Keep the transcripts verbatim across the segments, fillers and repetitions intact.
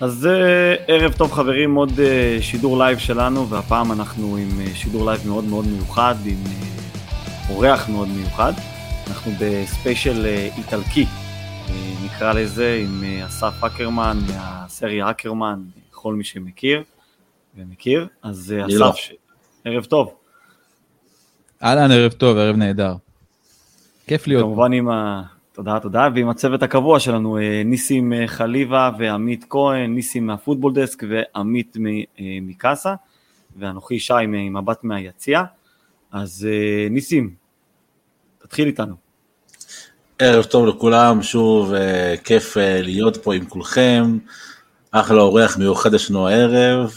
אז ערב טוב חברים, עוד שידור לייב שלנו, והפעם אנחנו עם שידור לייב מאוד מאוד מיוחד, עם אורח מאוד מיוחד. אנחנו בספיישל איטלקי, נקרא לזה, עם אסף אקרמן, מהסריה אקרמן, כל מי שמכיר ומכיר. אז אסף, ש... ערב טוב. אהלן, ערב טוב, ערב נהדר. כיף להיות. כמובן עם ה... תודה, תודה, ועם הצוות הקבוע שלנו, ניסים חליבה ועמית כהן, ניסים מהפוטבול דסק ועמית מקאסה, ואנוכי שי ממבט מהיציאה. אז ניסים, תתחיל איתנו. ערב טוב לכולם, שוב כיף להיות פה עם כולכם, אחלה אורח מיוחד ישנו הערב.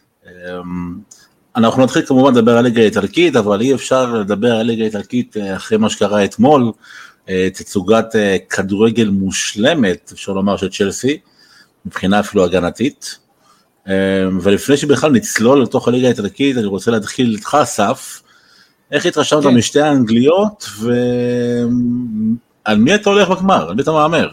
אנחנו נתחיל כמובן לדבר על ליגה איטלקית, אבל אי אפשר לדבר על ליגה איטלקית אחרי מה שקרה אתמול, תצוגת כדורגל מושלמת, אפשר לומר, של צ'לסי, מבחינה אפילו הגנתית. ולפני שבכלל נצלול לתוך הליגה האיטלקית, אני רוצה להתחיל איתך, אסף, איך התרשמת כן. משתי האנגליות, ועל מי אתה הולך בגמר? על מי אתה מאמר?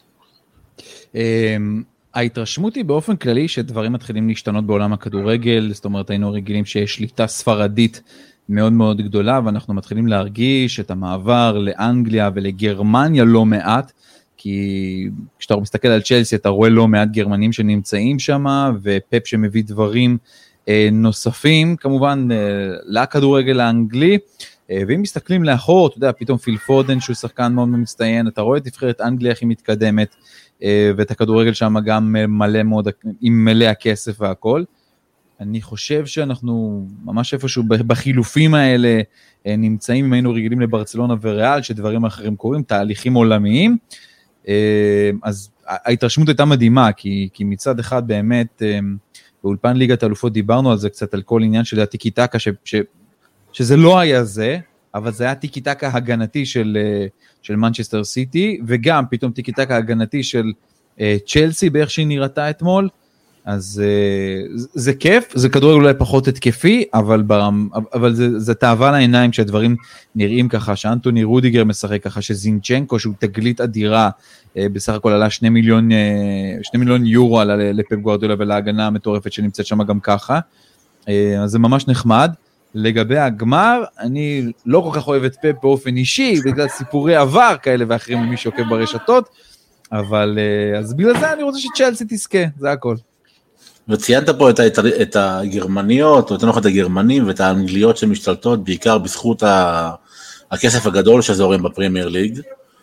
ההתרשמות היא באופן כללי שדברים מתחילים להשתנות בעולם הכדורגל, זאת אומרת היינו רגילים שיש שליטה ספרדית מאוד מאוד גדולה, ואנחנו מתחילים להרגיש את המעבר לאנגליה ולגרמניה לא מעט, כי כשאתה מסתכל על צ'לסי אתה רואה לא מעט גרמנים שנמצאים שם, ופפ שמביא דברים נוספים כמובן לכדורגל האנגלי, ואם מסתכלים לאחור, אתה יודע, פתאום פיל פודן שהוא שחקן מאוד מצטיין, אתה רואה את נבחרת אנגליה איך היא מתקדמת, ואת הכדורגל שם גם מלא מאוד, עם מלא הכסף והכל. אני חושב שאנחנו ממש איפשהו בחילופים האלה נמצאים, אם היינו רגילים לברצלונה וריאל, שדברים אחרים קורים, תהליכים עולמיים, אז ההתרשמות הייתה מדהימה, כי, כי מצד אחד באמת, באולפן ליגת האלופות דיברנו על זה קצת, על כל עניין של הטיקי-טקה, ש, ש, שזה לא היה זה, אבל זה היה טיקי-טקה הגנתי של, של מנצ'סטר סיטי, וגם פתאום טיקי-טקה הגנתי של צ'לסי, באיך שהיא נראתה אתמול, אז זה, זה כיף, זה כדורגל אולי פחות התקפי, אבל, ברם, אבל זה, זה תאווה לעיניים כשהדברים נראים ככה, שאנטוני רודיגר משחק ככה, שזינצ'נקו שהוא תגלית אדירה, בסך הכל עלה שני מיליון, שני מיליון יורו עלה לפפ גוארדיולה ולהגנה המטורפת שנמצאת שם גם ככה, אז זה ממש נחמד. לגבי הגמר, אני לא כל כך אוהב את פפ באופן אישי, בגלל סיפורי עבר כאלה ואחרים ממי שעוקב ברשתות, אבל אז בגלל זה אני רוצה שצ'לסי תזכה, זה הכל. וציינת פה את, ה, את הגרמניות, או את הנוחת הגרמנים, ואת האנגליות שמשתלטות, בעיקר בזכות ה, הכסף הגדול שזורם בפרמייר ליג,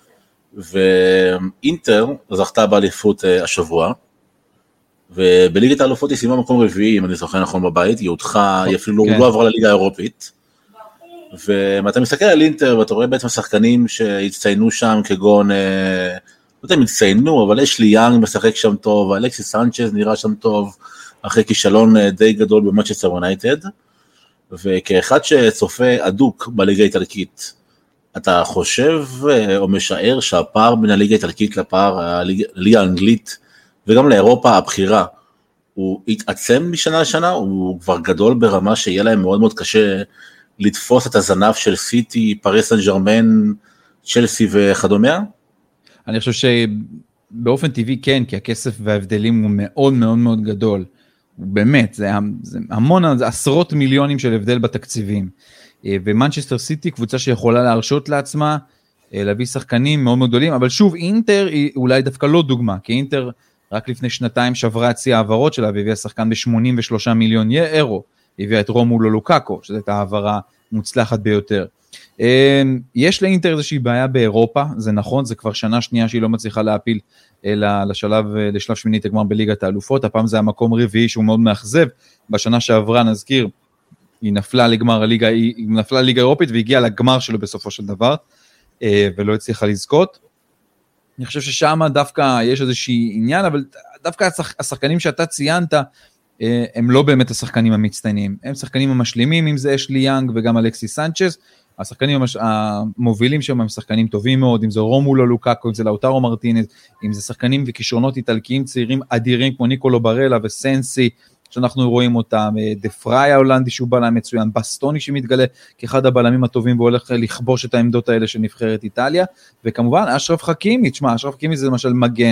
ואינטר זכתה באליפות השבוע, ובליגת האלופות היא סיימה מקום רביעי, אם אני זוכר נכון בבית, היא הודחה, היא אפילו כן. לא עברה לליגה האירופית, ואתה מסתכל על אינטר, ואתה רואה בעצם שחקנים שהצטיינו שם, כגון, לא יודע אם הצטיינו, אבל יש לי יאנג משחק שם טוב, אלכסיס סנצ'ז נראה שם טוב, אחרי כישלון די גדול במנצ'סטר יונייטד, וכאחד שצופה אדוק בליגה האיטלקית, אתה חושב או משער שהפער בין הליגה האיטלקית לפער הליגה האנגלית, וגם לאירופה הבחירה, הוא התעצם משנה לשנה, הוא כבר גדול ברמה שיהיה להם מאוד מאוד קשה לתפוס את הזנב של סיטי, פריס סן ז'רמן, צ'לסי וכדומה? אני חושב שבאופן טבעי כן, כי הכסף וההבדלים הוא מאוד מאוד מאוד גדול, באמת, זה, זה המון, זה עשרות מיליונים של הבדל בתקציבים, ומנצ'סטר סיטי קבוצה שיכולה להרשות לעצמה, להביא שחקנים מאוד מאוד גדולים, אבל שוב, אינטר היא אולי דווקא לא דוגמה, כי אינטר רק לפני שנתיים שברה את שיא העברות שלה, והביאה שחקן ב-שמונים ושלושה מיליון אירו, הביאה את רומולו לוקאקו, שזו הייתה העברה מוצלחת ביותר. יש לאינטר איזושהי בעיה באירופה, זה נכון, זה כבר שנה שנייה שהיא לא מצליחה להפיל לשלב, לשלב שמינית הגמר בליגת האלופות, הפעם זה המקום רביעי שהוא מאוד מאכזב, בשנה שעברה נזכיר, היא נפלה לגמר הליגה, היא נפלה ליגה אירופית והגיעה לגמר שלו בסופו של דבר, ולא הצליחה לזכות. אני חושב ששם דווקא יש איזושהי עניין, אבל דווקא השחקנים שאתה ציינת, הם לא באמת השחקנים המצטיינים, הם שחקנים המשלימים, אם זה אשלי יאנג וגם אלכסיס סנצ'ז, השחקנים המובילים שם הם שחקנים טובים מאוד, אם זה רומולו לוקאקו, אם זה לאוטרו מרטינז, אם זה שחקנים וכישרונות איטלקיים צעירים אדירים, כמו ניקולו ברלה וסנסי, שאנחנו רואים אותם, דפראי ההולנדי שהוא בלם מצוין, בסטוני שמתגלה כאחד הבלמים הטובים, והולך לכבוש את העמדות האלה של נבחרת איטליה, וכמובן אשרף חכימי, תשמע, אשרף חכימי זה למשל מגן,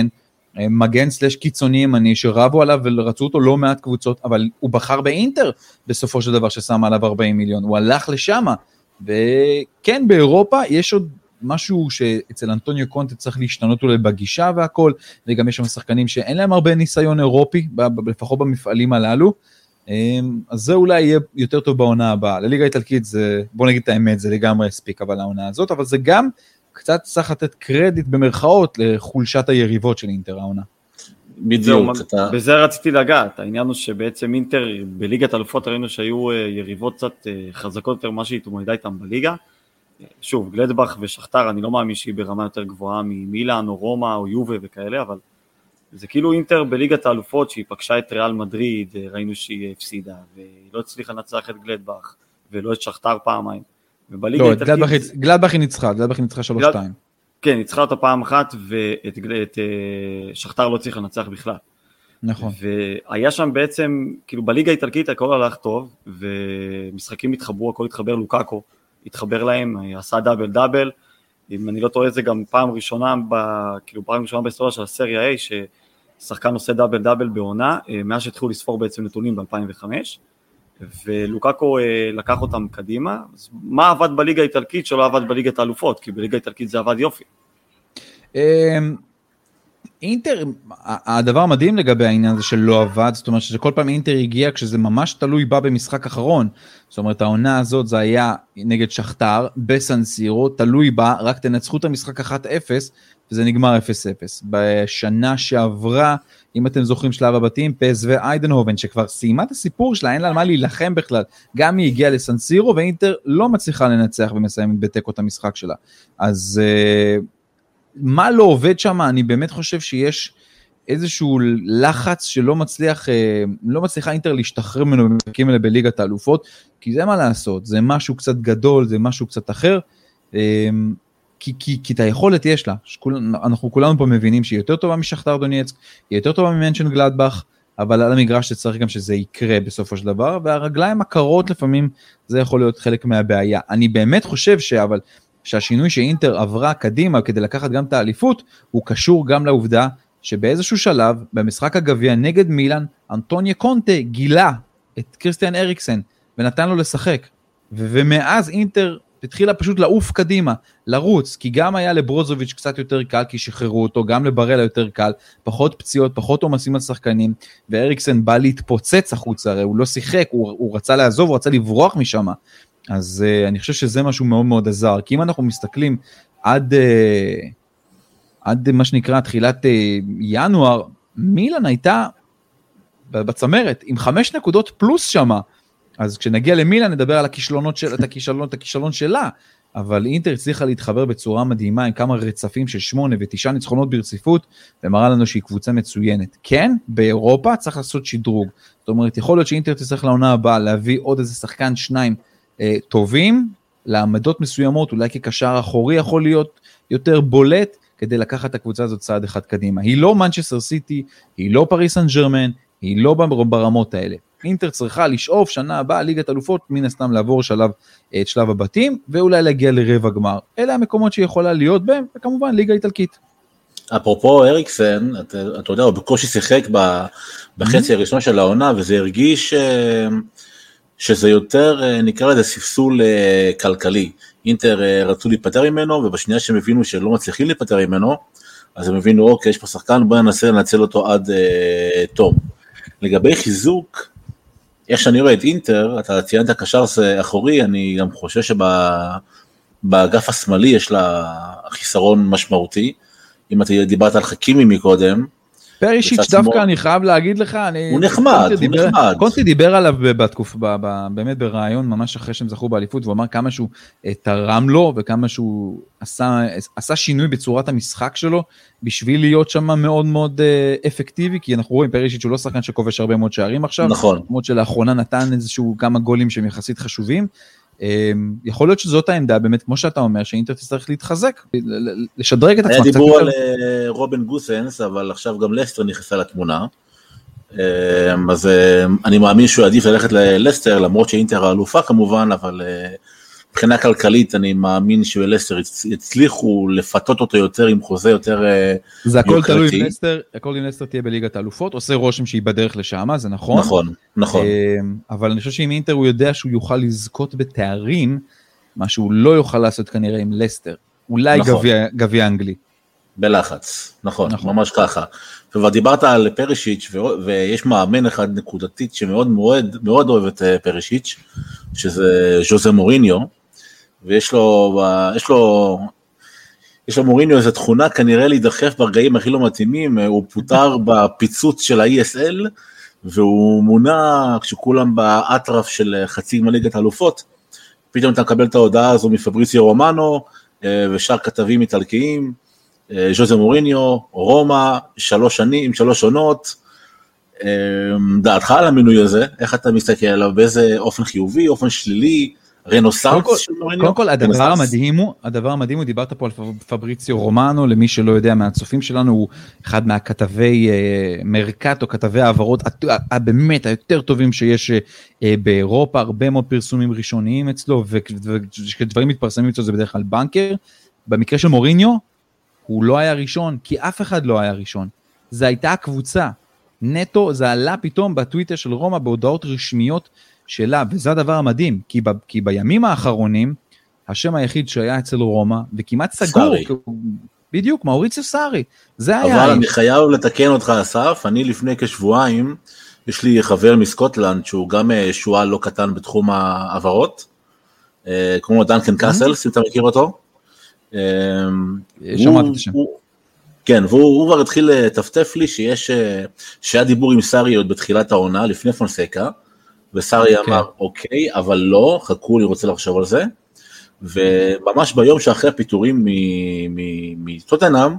מגן סלש קיצוני ימני, שרבו עליו ורצו אותו לא מעט קבוצות, אבל הוא בחר באינטר בסופו של דבר ששם עליו ארבעים מיליון, הוא הלך לשם, וכן באירופה יש עוד משהו שאצל אנטוניו קונטה צריך להשתנות אולי בגישה והכל, וגם יש שם שחקנים שאין להם הרבה ניסיון אירופי, לפחות במפעלים הללו, אז זה אולי יהיה יותר טוב בעונה הבאה. לליגה האיטלקית זה, בוא נגיד את האמת, זה לגמרי הספיק, אבל העונה הזאת, אבל זה גם קצת צריך לתת קרדיט במרכאות לחולשת היריבות של אינטר העונה. בדיוק. בזה רציתי לגעת, העניין הוא שבעצם אינטר בליגת אלופות ראינו שהיו יריבות קצת חזקות יותר מה שהיא התמודדה איתם בליגה, שוב, גלדבך ושכתר, אני לא מאמין שהיא ברמה יותר גבוהה ממילאן או רומא או יובה וכאלה, אבל זה כאילו אינטר בליגת האלופות שהיא פגשה את ריאל מדריד, ראינו שהיא הפסידה, והיא לא הצליחה לנצח את גלדבך, ולא את שכתר פעמיים. לא, את גלדבך היא ניצחה, גלדבך היא ניצחה שלוש שתיים. כן, ניצחה אותה פעם אחת, ואת שכתר לא צריך לנצח בכלל. נכון. והיה שם בעצם, כאילו בליגה האיטלקית הכל הלך טוב, ומשחקים התחברו, הכל התחבר, לוקאקו התחבר להם, עשה דאבל דאבל, אם אני לא טועה זה גם פעם ראשונה, כאילו פעם ראשונה בהיסטוריה של הסריה A, ששחקן עושה דאבל דאבל בעונה, מאז שהתחילו לספור בעצם נתונים ב-אלפיים וחמש, ולוקאקו לקח אותם קדימה. אז מה עבד בליגה האיטלקית שלא עבד בליגת האלופות? כי בליגה האיטלקית זה עבד יופי. אינטר, הדבר המדהים לגבי העניין הזה שלא עבד, זאת אומרת שכל פעם אינטר הגיע כשזה ממש תלוי בה במשחק אחרון, זאת אומרת העונה הזאת זה היה נגד שכתר, בסנסירו, תלוי בה, רק תנצחו את המשחק אחת אפס, וזה נגמר אפס אפס. בשנה שעברה, אם אתם זוכרים שלב הבתים, פס ואיידנהובן, שכבר סיימה את הסיפור שלה, אין לה מה להילחם בכלל, גם היא הגיעה לסנסירו, ואינטר לא מצליחה לנצח ומסיימת בתיקו את המשחק שלה. אז מה לא עובד שם? אני באמת חושב שיש איזשהו לחץ שלא מצליח, לא מצליחה אינטר להשתחרר ממנו במשחקים האלה בליגת האלופות, כי זה מה לעשות, זה משהו קצת גדול, זה משהו קצת אחר, כי, כי, כי את היכולת יש לה, שכול, אנחנו כולנו פה מבינים שהיא יותר טובה משכתר דונייצק, היא יותר טובה ממנשן גלדבך, אבל על המגרש שצריך גם שזה יקרה בסופו של דבר, והרגליים הקרות לפעמים זה יכול להיות חלק מהבעיה. אני באמת חושב שאבל, שהשינוי שאינטר עברה קדימה כדי לקחת גם את האליפות, הוא קשור גם לעובדה שבאיזשהו שלב, במשחק הגביע נגד מילאן, אנטוניה קונטה גילה את קריסטיאן אריקסן, ונתן לו לשחק, ו- ומאז אינטר התחילה פשוט לעוף קדימה, לרוץ, כי גם היה לברוזוביץ' קצת יותר קל, כי שחררו אותו, גם לברלה יותר קל, פחות פציעות, פחות עומסים על שחקנים, ואריקסן בא להתפוצץ החוצה, הרי הוא לא שיחק, הוא, הוא רצה לעזוב, הוא רצה לברוח משם, אז uh, אני חושב שזה משהו מאוד מאוד עזר, כי אם אנחנו מסתכלים עד, uh, עד מה שנקרא תחילת uh, ינואר, מילאן הייתה בצמרת, עם חמש נקודות פלוס שמה, אז כשנגיע למילאן נדבר על הכישלונות של, את הכישלון, את הכישלון שלה, אבל אינטר הצליחה להתחבר בצורה מדהימה, עם כמה רצפים של שמונה ותשעה ניצחונות ברציפות, ומראה לנו שהיא קבוצה מצוינת. כן, באירופה צריך לעשות שדרוג, זאת אומרת, יכול להיות שאינטר תצטרך לעונה הבאה, להביא עוד איזה שחקן שניים אה, טובים, לעמדות מסוימות, אולי כקשר אחורי יכול להיות יותר בולט, כדי לקחת את הקבוצה הזאת צעד אחד קדימה. היא לא מנצ'סטר סיטי, היא לא פריס סן ז'רמן, היא לא ברמות האלה. אינטר צריכה לשאוף שנה הבאה ליגת אלופות, מן הסתם לעבור שלב, את שלב הבתים, ואולי להגיע לרבע גמר. אלה המקומות שיכולה להיות בהם, וכמובן ליגה איטלקית. אפרופו אריקסן, אתה, אתה יודע, הוא בקושי שיחק בחצי הראשון של העונה, וזה הרגיש שזה יותר, נקרא לזה ספסול כלכלי. אינטר רצו להיפטר ממנו, ובשנייה שהם הבינו שלא מצליחים להיפטר ממנו, אז הם הבינו, אוקיי, יש פה שחקן, בואו ננסה לנצל אותו עד אה, תום. לגבי חיזוק, איך שאני רואה את אינטר, אתה ציינת קשר אחורי, אני גם חושב שבאגף השמאלי יש לה חיסרון משמעותי, אם אתה דיברת על חכימי מקודם, פרישיץ' דווקא אני חייב להגיד לך, הוא נחמד, הוא נחמד. קונטי דיבר עליו בתקופה, באמת ברעיון, ממש אחרי שהם זכו באליפות, והוא אמר כמה שהוא תרם לו, וכמה שהוא עשה שינוי בצורת המשחק שלו, בשביל להיות שם מאוד מאוד אפקטיבי, כי אנחנו רואים פרישיץ' הוא לא שחקן שכובש הרבה מאוד שערים עכשיו, נכון. כמו שלאחרונה נתן איזשהו כמה גולים שהם יחסית חשובים, יכול להיות שזאת העמדה, באמת, כמו שאתה אומר, שאינטר תצטרך להתחזק, לשדרג את עצמם. היה דיבור על רובן גוסנס, אבל עכשיו גם לסטר נכנסה לתמונה, אז אני מאמין שהוא עדיף ללכת ללסטר, למרות שאינטר האלופה כמובן, אבל מבחינה כלכלית אני מאמין שבלסטר יצליחו לפתות אותו יותר עם חוזה יותר יוקרתי. זה הכל תלוי עם לסטר, הכל עם לסטר תהיה בליגת האלופות, עושה רושם שהיא בדרך לשם, זה נכון. נכון, נכון. אבל אני חושב שעם אינטר הוא יודע שהוא יוכל לזכות בתארים, מה שהוא לא יוכל לעשות כנראה עם לסטר. אולי גביע אנגלי. בלחץ, נכון, ממש ככה. וכבר דיברת על פרישיץ' ויש מאמן אחד נקודתית שמאוד מאוד, מאוד אוהב את פרישיץ', שזה ז'וזה מוריניו, ויש לו, יש לו, יש לו מוריניו איזו תכונה כנראה להידחף ברגעים הכי לא מתאימים, הוא פוטר בפיצוץ של ה-אי אס אל, והוא מונה כשכולם באטרף של חצי מליגת האלופות, פתאום אתה מקבל את ההודעה הזו מפבריציו רומנו, ושאר כתבים איטלקיים, ז'וזה מוריניו, רומא, שלוש שנים, שלוש עונות, דעתך על המינוי הזה, איך אתה מסתכל עליו, באיזה אופן חיובי, אופן שלילי, רנוסנס של מוריניו? קודם כל, הדבר המדהים הוא, הדבר המדהים הוא, דיברת פה על פבריציו רומנו, למי שלא יודע מהצופים שלנו, הוא אחד מהכתבי מרקט, או כתבי העברות, באמת היותר טובים שיש באירופה, הרבה מאוד פרסומים ראשוניים אצלו, וכשדברים מתפרסמים אצלו, זה בדרך כלל בנקר. במקרה של מוריניו, הוא לא היה ראשון, כי אף אחד לא היה ראשון. זה הייתה הקבוצה. נטו, זה עלה פתאום בטוויטר של רומא, בהודעות רשמיות שלה, וזה הדבר המדהים, כי, ב, כי בימים האחרונים, השם היחיד שהיה אצל רומא, וכמעט סגור, בדיוק, מאוריציו סארי, זה היה... אבל אני חייב לתקן אותך, אסף, אני לפני כשבועיים, יש לי חבר מסקוטלנד, שהוא גם שועל לא קטן בתחום העברות, כמו דנקן קאסל, אם אתה מכיר אותו, שמעתי את השם. כן, והוא כבר התחיל לטפטף לי שיש, שהיה דיבור עם סארי עוד בתחילת העונה, לפני פונסקה, וסארי אמר, אוקיי, אבל לא, חכו, אני רוצה לחשוב על זה, וממש ביום שאחרי הפיטורים מטוטנהאם,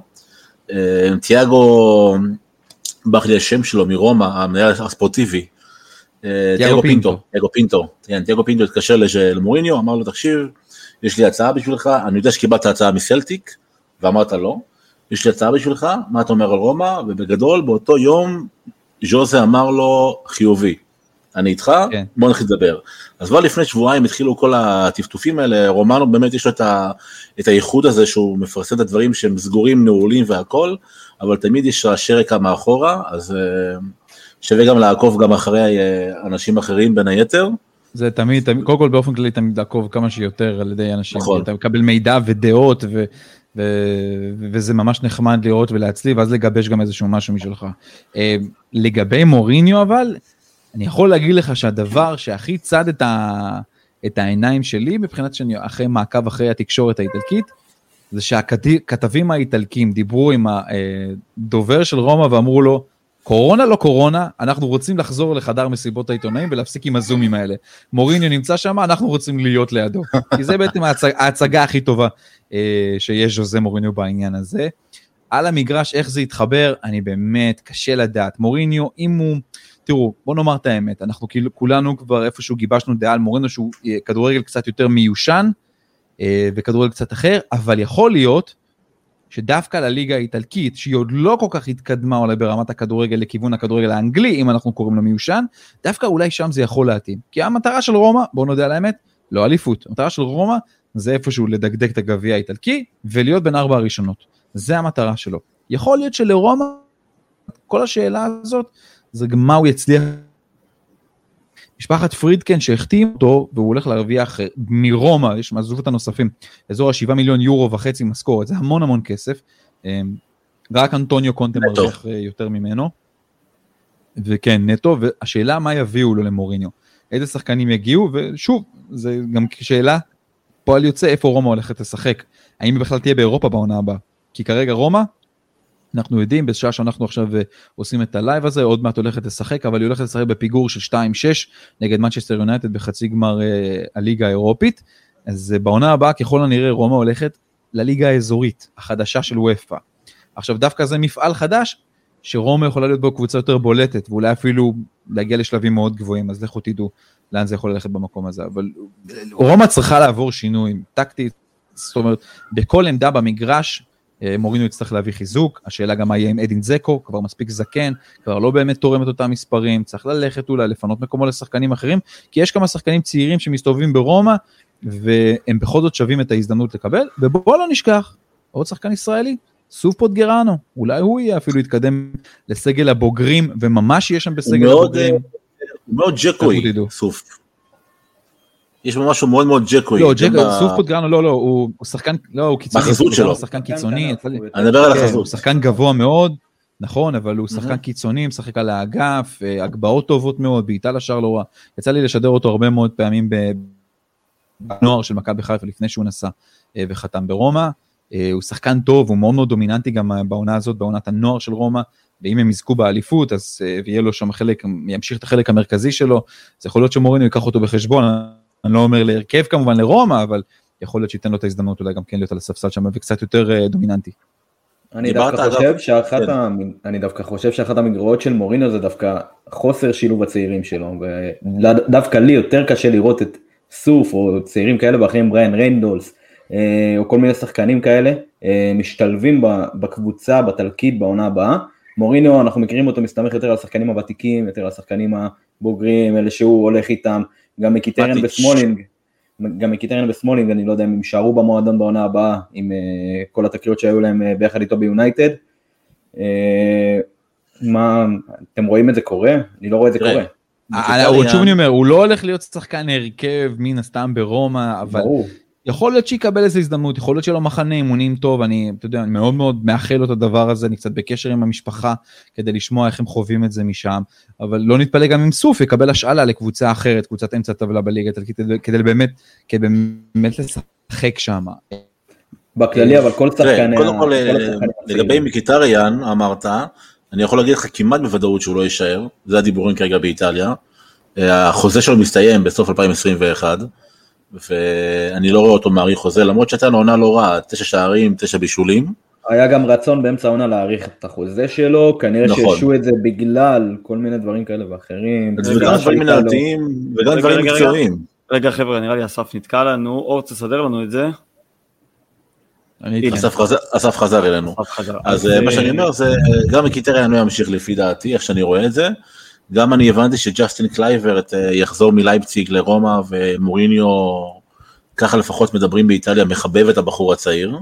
תיאגו, בח לי השם שלו מרומא, המנהל הספורטיבי, תיאגו פינטו, תיאגו פינטו, תיאגו פינטו התקשר למוריניו, אמר לו, תקשיב, יש לי הצעה בשבילך, אני יודע שקיבלת הצעה מסלטיק, ואמרת לא, יש לי הצעה בשבילך, מה אתה אומר על רומא, ובגדול באותו יום, ז'וזה אמר לו חיובי, אני איתך, כן. בוא נתחיל לדבר. אז כבר לפני שבועיים התחילו כל הטפטופים האלה, רומנו באמת יש לו את, ה, את הייחוד הזה, שהוא מפרסם את הדברים שהם סגורים, נעולים והכל, אבל תמיד יש השרקה מאחורה, אז שווה גם לעקוב גם אחרי אנשים אחרים בין היתר, זה תמיד, תמיד, קודם כל באופן כללי תמיד לעקוב כמה שיותר על ידי אנשים, נכון. אתה מקבל מידע ודעות, ו, ו, וזה ממש נחמד לראות ולהצליב, ואז לגבש גם איזשהו משהו משלך. לגבי מוריניו אבל, אני יכול להגיד לך שהדבר שהכי צד את, ה, את העיניים שלי, מבחינת שאני אחרי מעקב אחרי התקשורת האיטלקית, זה שהכתבים האיטלקים דיברו עם הדובר של רומא ואמרו לו, קורונה לא קורונה, אנחנו רוצים לחזור לחדר מסיבות העיתונאים ולהפסיק עם הזומים האלה. מוריניו נמצא שם, אנחנו רוצים להיות לידו. כי זה בעצם ההצג, ההצגה הכי טובה אה, שיש ז'וזה מוריניו בעניין הזה. על המגרש, איך זה יתחבר, אני באמת קשה לדעת. מוריניו, אם הוא, תראו, בוא נאמר את האמת, אנחנו כולנו כבר איפשהו גיבשנו דעה על מוריניו, שהוא כדורגל קצת יותר מיושן, אה, וכדורגל קצת אחר, אבל יכול להיות, שדווקא לליגה האיטלקית, שהיא עוד לא כל כך התקדמה אולי ברמת הכדורגל לכיוון הכדורגל האנגלי, אם אנחנו קוראים לו מיושן, דווקא אולי שם זה יכול להתאים. כי המטרה של רומא, בואו נודע על האמת, לא אליפות. המטרה של רומא זה איפשהו לדגדג את הגביע האיטלקי, ולהיות בין ארבע הראשונות. זה המטרה שלו. יכול להיות שלרומא, כל השאלה הזאת, זה גם מה הוא יצליח. משפחת פרידקן שהחתים אותו, והוא הולך להרוויח מרומא, יש מהזובות הנוספים, אזור השבעה מיליון יורו וחצי משכורת, זה המון המון כסף, רק אנטוניו קונטה מרוויח יותר ממנו, וכן, נטו, והשאלה מה יביאו לו למוריניו, איזה שחקנים יגיעו, ושוב, זה גם שאלה, פועל יוצא, איפה רומא הולכת לשחק, האם היא בכלל תהיה באירופה בעונה הבאה, כי כרגע רומא, אנחנו יודעים, בשעה שאנחנו עכשיו עושים את הלייב הזה, עוד מעט הולכת לשחק, אבל היא הולכת לשחק בפיגור של שתיים שש, נגד מנצ'סטר יונייטד בחצי גמר הליגה האירופית, אז בעונה הבאה, ככל הנראה, רומא הולכת לליגה האזורית, החדשה של וופא. עכשיו, דווקא זה מפעל חדש, שרומא יכולה להיות בו קבוצה יותר בולטת, ואולי אפילו להגיע לשלבים מאוד גבוהים, אז לכו תדעו לאן זה יכול ללכת במקום הזה, אבל רומא צריכה לעבור שינויים, טקטית, זאת אומרת, בכל עמדה במגרש, מוריניו יצטרך להביא חיזוק, השאלה גם מה יהיה עם אדין זקו, כבר מספיק זקן, כבר לא באמת תורם את אותם מספרים, צריך ללכת אולי לפנות מקומו לשחקנים אחרים, כי יש כמה שחקנים צעירים שמסתובבים ברומא, והם בכל זאת שווים את ההזדמנות לקבל, ובוא לא נשכח, עוד שחקן ישראלי, סוף פוטגרנו, אולי הוא יהיה אפילו יתקדם לסגל הבוגרים, וממש יהיה שם בסגל הבוגרים. הוא מאוד ג'קוי, סוף. יש בו משהו מאוד מאוד ג'קוי. לא, סוף פוטגרנו, לא, לא, הוא שחקן, לא, הוא קיצוני. מהחזות שלו. הוא שחקן קיצוני. אני מדבר על החזות. הוא שחקן גבוה מאוד, נכון, אבל הוא שחקן קיצוני, משחק על האגף, הגבהות טובות מאוד, בעיטה לשער לא רע. יצא לי לשדר אותו הרבה מאוד פעמים בנוער של מכבי חיפה, לפני שהוא נסע וחתם ברומא. הוא שחקן טוב, הוא מאוד מאוד דומיננטי גם בעונה הזאת, בעונת הנוער של רומא, ואם הם יזכו באליפות, אז יהיה לו שם חלק, ימשיך את החלק המרכזי שלו, זה יכול להיות שמוריניו ייקח אותו בחשבון, אני לא אומר להרכב כמובן לרומא, אבל יכול להיות שייתן לו את ההזדמנות אולי גם כן להיות על הספסל שם, וקצת יותר דומיננטי. אני דווקא חושב שאחת ה... אני דווקא חושב שאחת המגרעות של מוריניו זה דווקא חוסר שילוב הצעירים שלו, ודווקא לי יותר קשה לראות את סוף, או צעירים כאלה ואחרים, בריין ריינדולס, או כל מיני שחקנים כאלה, משתלבים בקבוצה, בתלכיד, בעונה הבאה. מוריניו, אנחנו מכירים אותו, מסתמך יותר על השחקנים הוותיקים, יותר על השחקנים הבוגרים, אלה שהוא הולך איתם, גם מקיטרן בסמולינג, גם מקיטרן בסמולינג, אני לא יודע אם הם שערו במועדון בעונה הבאה, עם כל התקריות שהיו להם ביחד איתו ביונייטד. מה, אתם רואים את זה קורה? אני לא רואה את זה קורה. שוב אני אומר, הוא לא הולך להיות שחקן הרכב, מן הסתם ברומא, אבל יכול להיות שיקבל איזו הזדמנות, יכול להיות שלא מחנה אימונים טוב, אני, אתה יודע, אני מאוד מאוד מאחל לו את הדבר הזה, אני קצת בקשר עם המשפחה, כדי לשמוע איך הם חווים את זה משם, אבל לא נתפלא גם עם סוף, יקבל השאלה לקבוצה אחרת, קבוצת אמצע טבלה בליגה, כדי באמת, כדי באמת לשחק שם. בכללי, אבל כל שחקן... קודם כל, לגבי מקיטריאן, אמרת, אני יכול להגיד לך כמעט בוודאות שהוא לא יישאר, זה הדיבורים כרגע באיטליה, החוזה שלו מסתיים בסוף אלפיים עשרים ואחת, ואני לא רואה אותו מעריך חוזה, למרות שהייתה עונה לא רעה, תשע שערים, תשע בישולים. היה גם רצון באמצע העונה להעריך את החוזה שלו, כנראה שישו את זה בגלל כל מיני דברים כאלה ואחרים. וגם דברים מנהלתיים, וגם דברים מקצועיים. רגע חבר'ה, נראה לי אסף נתקע לנו, אור תסדר לנו את זה. אסף חזר אלינו. אז מה שאני אומר זה, גם מקיטריאן לא ימשיך לפי דעתי, איך שאני רואה את זה. גם אני הבנתי שג'סטין קלייברט יחזור מלייפציג לרומא, ומוריניו, ככה לפחות מדברים באיטליה, מחבב את הבחור הצעיר.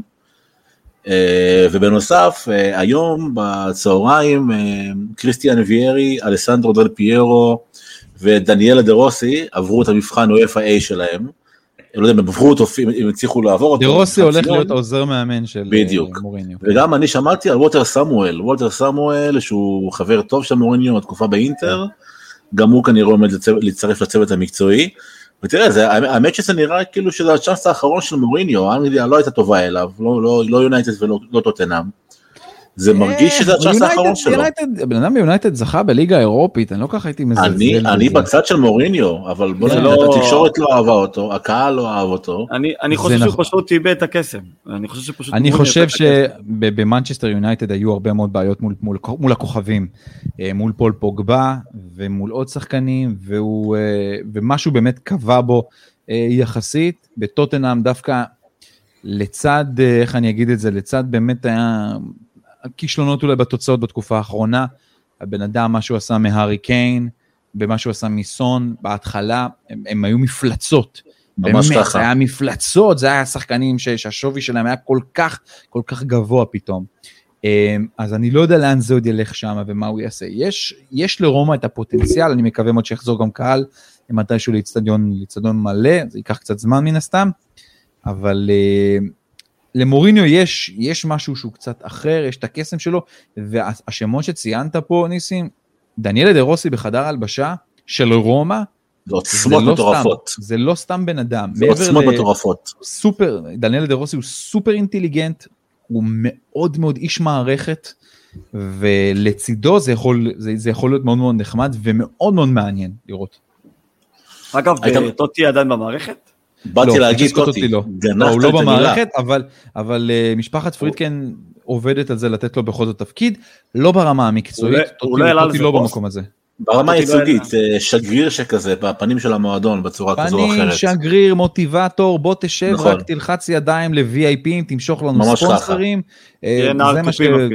ובנוסף, היום בצהריים, קריסטיאן ויארי, אלסנדרו דל פיירו, ודניאלה דה רוסי, עברו את המבחן אויפה A שלהם. לא יודע, הם עברו אותו, הם הצליחו לעבור אותו. דה רוסי הולך להיות העוזר מאמן של מוריניו. וגם אני שמעתי על ווטר סמואל, ווטר סמואל, שהוא חבר טוב של מוריניו, התקופה באינטר, גם הוא כנראה עומד להצטרף לצוות המקצועי, ותראה, האמת שזה נראה כאילו שזה הצ'אנס האחרון של מוריניו, האנגליה לא הייתה טובה אליו, לא יונייטד ולא טוטנהאם. זה מרגיש שזה הצ'אנס האחרון שלו. בן אדם ביונייטד זכה בליגה האירופית, אני לא ככה הייתי מזלזל. אני בצד של מוריניו, אבל התקשורת לא אהבה אותו, הקהל לא אהב אותו. אני חושב שהוא פשוט איבד את הקסם. אני חושב שבמנצ'סטר יונייטד היו הרבה מאוד בעיות מול הכוכבים, מול פול פוגבה ומול עוד שחקנים, ומשהו באמת קבע בו יחסית, בטוטנהאם דווקא לצד, איך אני אגיד את זה, לצד באמת היה... הכישלונות אולי בתוצאות בתקופה האחרונה, הבן אדם, מה שהוא עשה מהארי קיין, במה שהוא עשה מסון, בהתחלה, הם, הם היו מפלצות, באמת, זה היה מפלצות, זה היה שחקנים שהשווי שלהם היה כל כך, כל כך גבוה פתאום, אז אני לא יודע לאן זה עוד ילך שם, ומה הוא יעשה, יש, יש לרומא את הפוטנציאל, אני מקווה מאוד שיחזור גם קהל, מתישהו לאצטדיון, לאצטדיון מלא, זה ייקח קצת זמן מן הסתם, אבל... למוריניו יש, יש משהו שהוא קצת אחר, יש את הקסם שלו, והשמות שציינת פה, ניסים, דניאלה דה רוסי בחדר הלבשה של רומא, זה עוצמות מטורפות. זה לא סתם בן אדם. זה עוצמות מטורפות. סופר, דניאלה דה רוסי הוא סופר אינטליגנט, הוא מאוד מאוד איש מערכת, ולצידו זה יכול, זה, זה יכול להיות מאוד מאוד נחמד, ומאוד מאוד מעניין לראות. אגב, טוטי עדיין במערכת? באתי להגיד טוטי, גנחת את המילה. אבל משפחת פרידקן עובדת על זה לתת לו בכל זאת תפקיד, לא ברמה המקצועית, טוטי לא במקום הזה. ברמה הייצוגית, שגריר שכזה, בפנים של המועדון בצורה כזו או אחרת. פנים, שגריר, מוטיבטור, בוא תשב, רק תלחץ ידיים ל-וי איי פי, תמשוך לנו ספונסרים. נער תופים אפילו.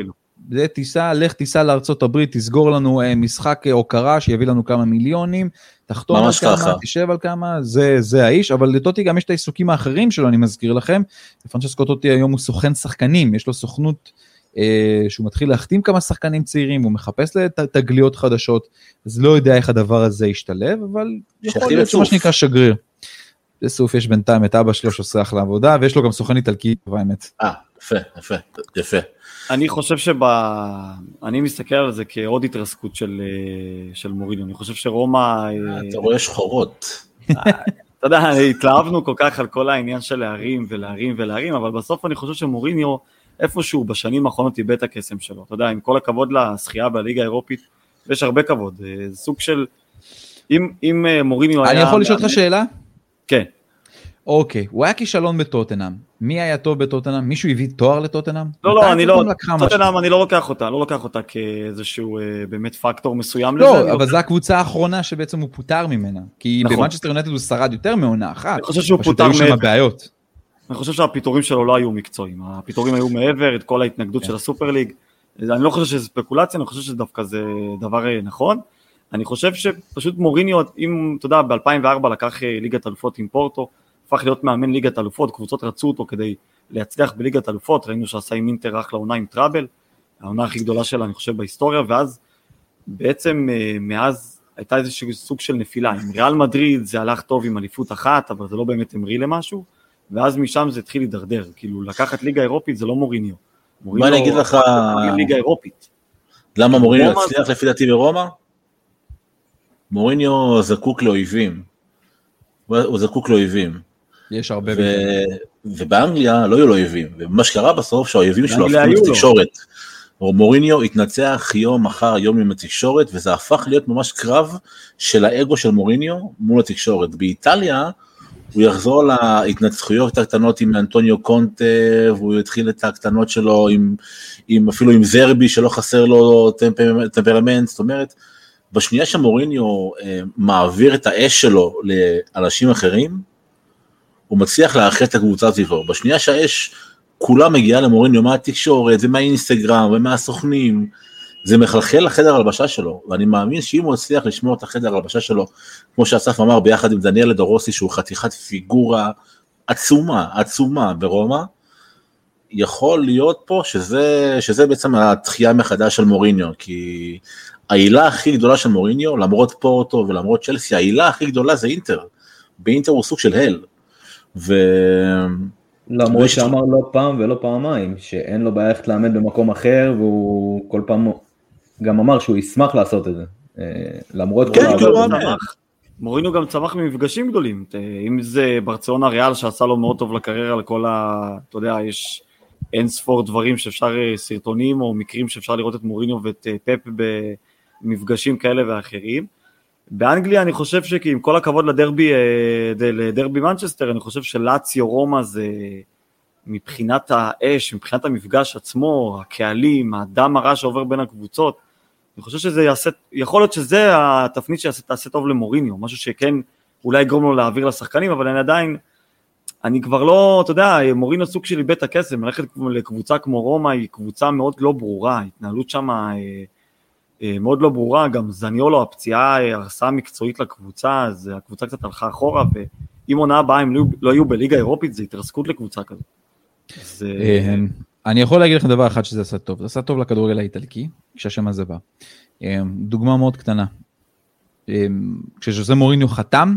זה טיסה, לך טיסה לארצות הברית, תסגור לנו משחק הוקרה, שיביא לנו כמה מיליונים, תחתום על כמה, תשב על כמה, זה, זה האיש, אבל לטוטי גם יש את העיסוקים האחרים שלו, אני מזכיר לכם, פרנצ'סקו טוטי היום הוא סוכן שחקנים, יש לו סוכנות, אה, שהוא מתחיל להחתים כמה שחקנים צעירים, הוא מחפש לתגליות חדשות, אז לא יודע איך הדבר הזה ישתלב, אבל יכול להיות שמה שנקרא שגריר. לסוף יש בינתיים את אבא שלו שעושה אחלה עבודה, ויש לו גם סוכן איטלקי, באמת. אה, יפה, יפה, יפה. אני חושב שבה, אני מסתכל על זה כעוד התרסקות של, של מוריניו, אני חושב שרומא... אתה רואה שחורות. אתה יודע, התלהבנו כל כך על כל העניין של להרים ולהרים ולהרים, אבל בסוף אני חושב שמוריניו, איפשהו בשנים האחרונות איבד את הקסם שלו, אתה יודע, עם כל הכבוד לשחייה בליגה האירופית, ויש הרבה כבוד, זה סוג של... אם, אם מוריניו היה... אני יכול לשאול אותך שאלה? כן. אוקיי, הוא היה כישלון בטוטנהאם, מי היה טוב בטוטנהאם? מישהו הביא תואר לטוטנהאם? לא, לא, אני לא, טוטנהאם אני לא לוקח אותה, לא לוקח אותה כאיזשהו באמת פקטור מסוים לזה. לא, אבל זו הקבוצה האחרונה שבעצם הוא פוטר ממנה, כי במנצ'סטר יונייטד הוא שרד יותר מעונה אחת. אני חושב שהוא פוטר מעבר. אני חושב שהפיטורים שלו לא היו מקצועיים, הפיטורים היו מעבר, את כל ההתנגדות של הסופר ליג, אני לא חושב שזה ספקולציה, אני חושב שדווקא זה דבר נכון, אני חושב שפשוט מוריניו, אם, אתה יודע, ב-אלפיים וארבע לקח ליגת אלופות עם פורטו, הפך להיות מאמן ליגת אלופות, קבוצות רצו אותו כדי להצליח בליגת אלופות, ראינו שעשה עם אינטר אחלה עונה עם טראבל, העונה הכי גדולה שלה אני חושב בהיסטוריה, ואז בעצם מאז הייתה איזשהו סוג של נפילה, עם ריאל מדריד זה הלך טוב עם אליפות אחת, אבל זה לא באמת המריא למשהו, ואז משם זה התחיל להידרדר, כאילו לקחת ליגה אירופית זה לא מוריניו, מה אני אגיד לך, ליגה אירופית. למה מוריניו הצליח לפי דעתי ברומא? מוריניו זקוק לאויבים, הוא זקוק לאויבים. יש הרבה ו... ובאנגליה לא היו לו אויבים, ומה שקרה בסוף שהאויבים שלו הפכו לתקשורת, מוריניו התנצח יום אחר יום עם התקשורת, וזה הפך להיות ממש קרב של האגו של מוריניו מול התקשורת. באיטליה הוא יחזור להתנצחויות הקטנות עם אנטוניו קונטה, והוא יתחיל את הקטנות שלו עם, עם, אפילו עם זרבי שלא חסר לו טמפר, טמפרמנט, זאת אומרת, בשנייה שמוריניו אה, מעביר את האש שלו לאנשים אחרים, הוא מצליח לאחד את הקבוצה סביבו. בשנייה שהאש כולה מגיעה למוריניו מהתקשורת, ומהאינסטגרם, ומהסוכנים, זה מחלחל לחדר הלבשה שלו, ואני מאמין שאם הוא הצליח לשמור את החדר הלבשה שלו, כמו שאסף אמר ביחד עם דניאל דורוסי, שהוא חתיכת פיגורה עצומה, עצומה ברומא, יכול להיות פה שזה, שזה בעצם התחייה מחדש של מוריניו, כי העילה הכי גדולה של מוריניו, למרות פורטו ולמרות צ'לסי, העילה הכי גדולה זה אינטר, באינטר הוא סוג של הל, ו... למרות שאמר לא פעם ולא פעמיים, שאין לו בעיה איך לאמן במקום אחר, והוא כל פעם גם אמר שהוא ישמח לעשות את זה, למרות כן, כל העבוד. מוריניו גם צמח ממפגשים גדולים, אם זה ברצלונה ריאל שעשה לו מאוד טוב לקריירה, לכל ה... אתה יודע, יש אין ספור דברים שאפשר, סרטונים או מקרים שאפשר לראות את מוריניו ואת פפ במפגשים כאלה ואחרים. באנגליה אני חושב שכי עם כל הכבוד לדרבי, לדרבי מנצ'סטר, אני חושב שלאציו רומא זה מבחינת האש, מבחינת המפגש עצמו, הקהלים, הדם הרע שעובר בין הקבוצות, אני חושב שזה יעשה, יכול להיות שזה התפנית שיעשה טוב למוריניו, משהו שכן אולי יגרום לו להעביר לשחקנים, אבל אני עדיין, אני כבר לא, אתה יודע, מוריניו סוג של איבד הקסם, ללכת לקבוצה כמו רומא היא קבוצה מאוד לא ברורה, התנהלות שם מאוד לא ברורה, גם זניולו, הפציעה הרסה מקצועית לקבוצה, אז הקבוצה קצת הלכה אחורה, ואם עונה הבאה הם לא יהיו בליגה אירופית, זה התרסקות לקבוצה כזאת. זה... אני יכול להגיד לכם דבר אחד שזה עשה טוב, זה עשה טוב לכדורגל האיטלקי, כשהשם הזה בא. דוגמה מאוד קטנה, כשז'וזה מוריניו חתם,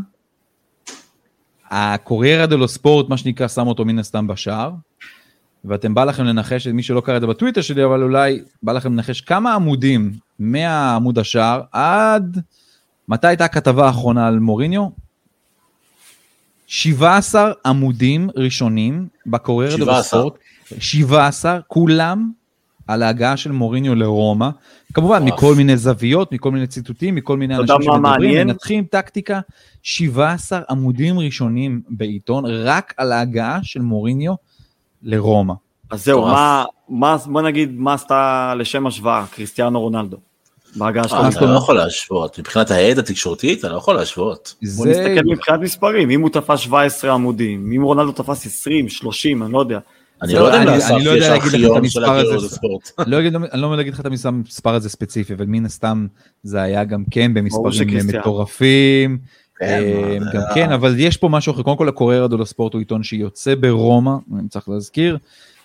הקוריירה דלו ספורט, מה שנקרא, שם אותו מן הסתם בשער, ואתם בא לכם לנחש, מי שלא קרא את זה בטוויטר שלי, אבל אולי בא לכם לנחש כמה עמודים מהעמוד השער, עד מתי הייתה הכתבה האחרונה על מוריניו? שבעה עשר עמודים ראשונים בקוריירה דלו ספורט, שבעה עשר, כולם על ההגעה של מוריניו לרומא, כמובן מכל מיני זוויות, מכל מיני ציטוטים, מכל מיני אנשים שמדברים, מנתחים טקטיקה, שבעה עשר עמודים ראשונים בעיתון, רק על ההגעה של מוריניו לרומא. אז זהו, מה, מה, בוא נגיד, מה עשתה לשם השוואה, קריסטיאנו רונלדו, בהגעה שלו. אתה לא יכול להשוות, מבחינת העד התקשורתית, אתה לא יכול להשוות. בוא נסתכל מבחינת מספרים, אם הוא תפס שבעה עשר עמודים, אם רונלדו תפס עשרים, שלושים, אני לא יודע, אני לא יודע לאסף, אני לא יודע להגיד לך את המספר הזה, אני לא יודע להגיד לך את המספר הזה ספציפי, אבל מן הסתם זה היה גם כן במספרים מטורפים, גם כן, אבל יש פה משהו אחר, קודם כל הקוריירה דלו ספורט הוא עיתון שיוצא ברומא, אני צריך להזכיר,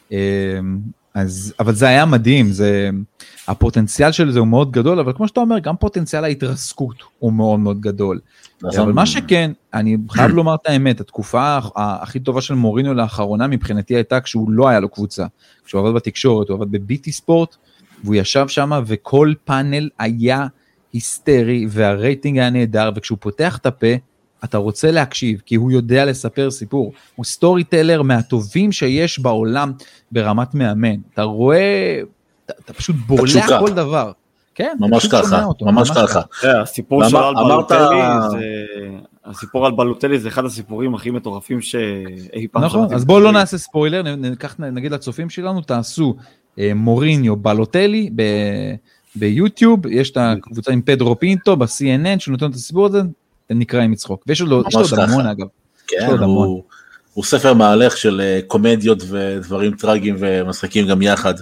אז, אבל זה היה מדהים, זה, הפוטנציאל של זה הוא מאוד גדול, אבל כמו שאתה אומר, גם פוטנציאל ההתרסקות הוא מאוד מאוד גדול. אבל מה שכן, אני חייב לומר את האמת, התקופה הכי טובה של מוריניו לאחרונה מבחינתי הייתה כשהוא לא היה לו קבוצה, כשהוא עבד בתקשורת, הוא עבד בביטי ספורט, והוא ישב שם וכל פאנל היה היסטרי, והרייטינג היה נהדר, וכשהוא פותח את הפה, אתה רוצה להקשיב, כי הוא יודע לספר סיפור, הוא סטורי טלר מהטובים שיש בעולם ברמת מאמן, אתה רואה, אתה, אתה פשוט בולע כל דבר, כן, ממש ככה, ממש ככה. הסיפור של על בלוטלי, הסיפור על בלוטלי זה אחד הסיפורים הכי מטורפים שאי פעם. נכון, אז בואו לא נעשה ספוילר, נגיד לצופים שלנו, תעשו מוריניו בלוטלי ביוטיוב, יש את הקבוצה עם פדרו פינטו, ב-סי אן אן, שנותן את הסיפור הזה, נקרא עם יצחוק, ויש לו עוד המון אגב. כן, הוא ספר מהלך של קומדיות ודברים טרגיים ומשחקים גם יחד.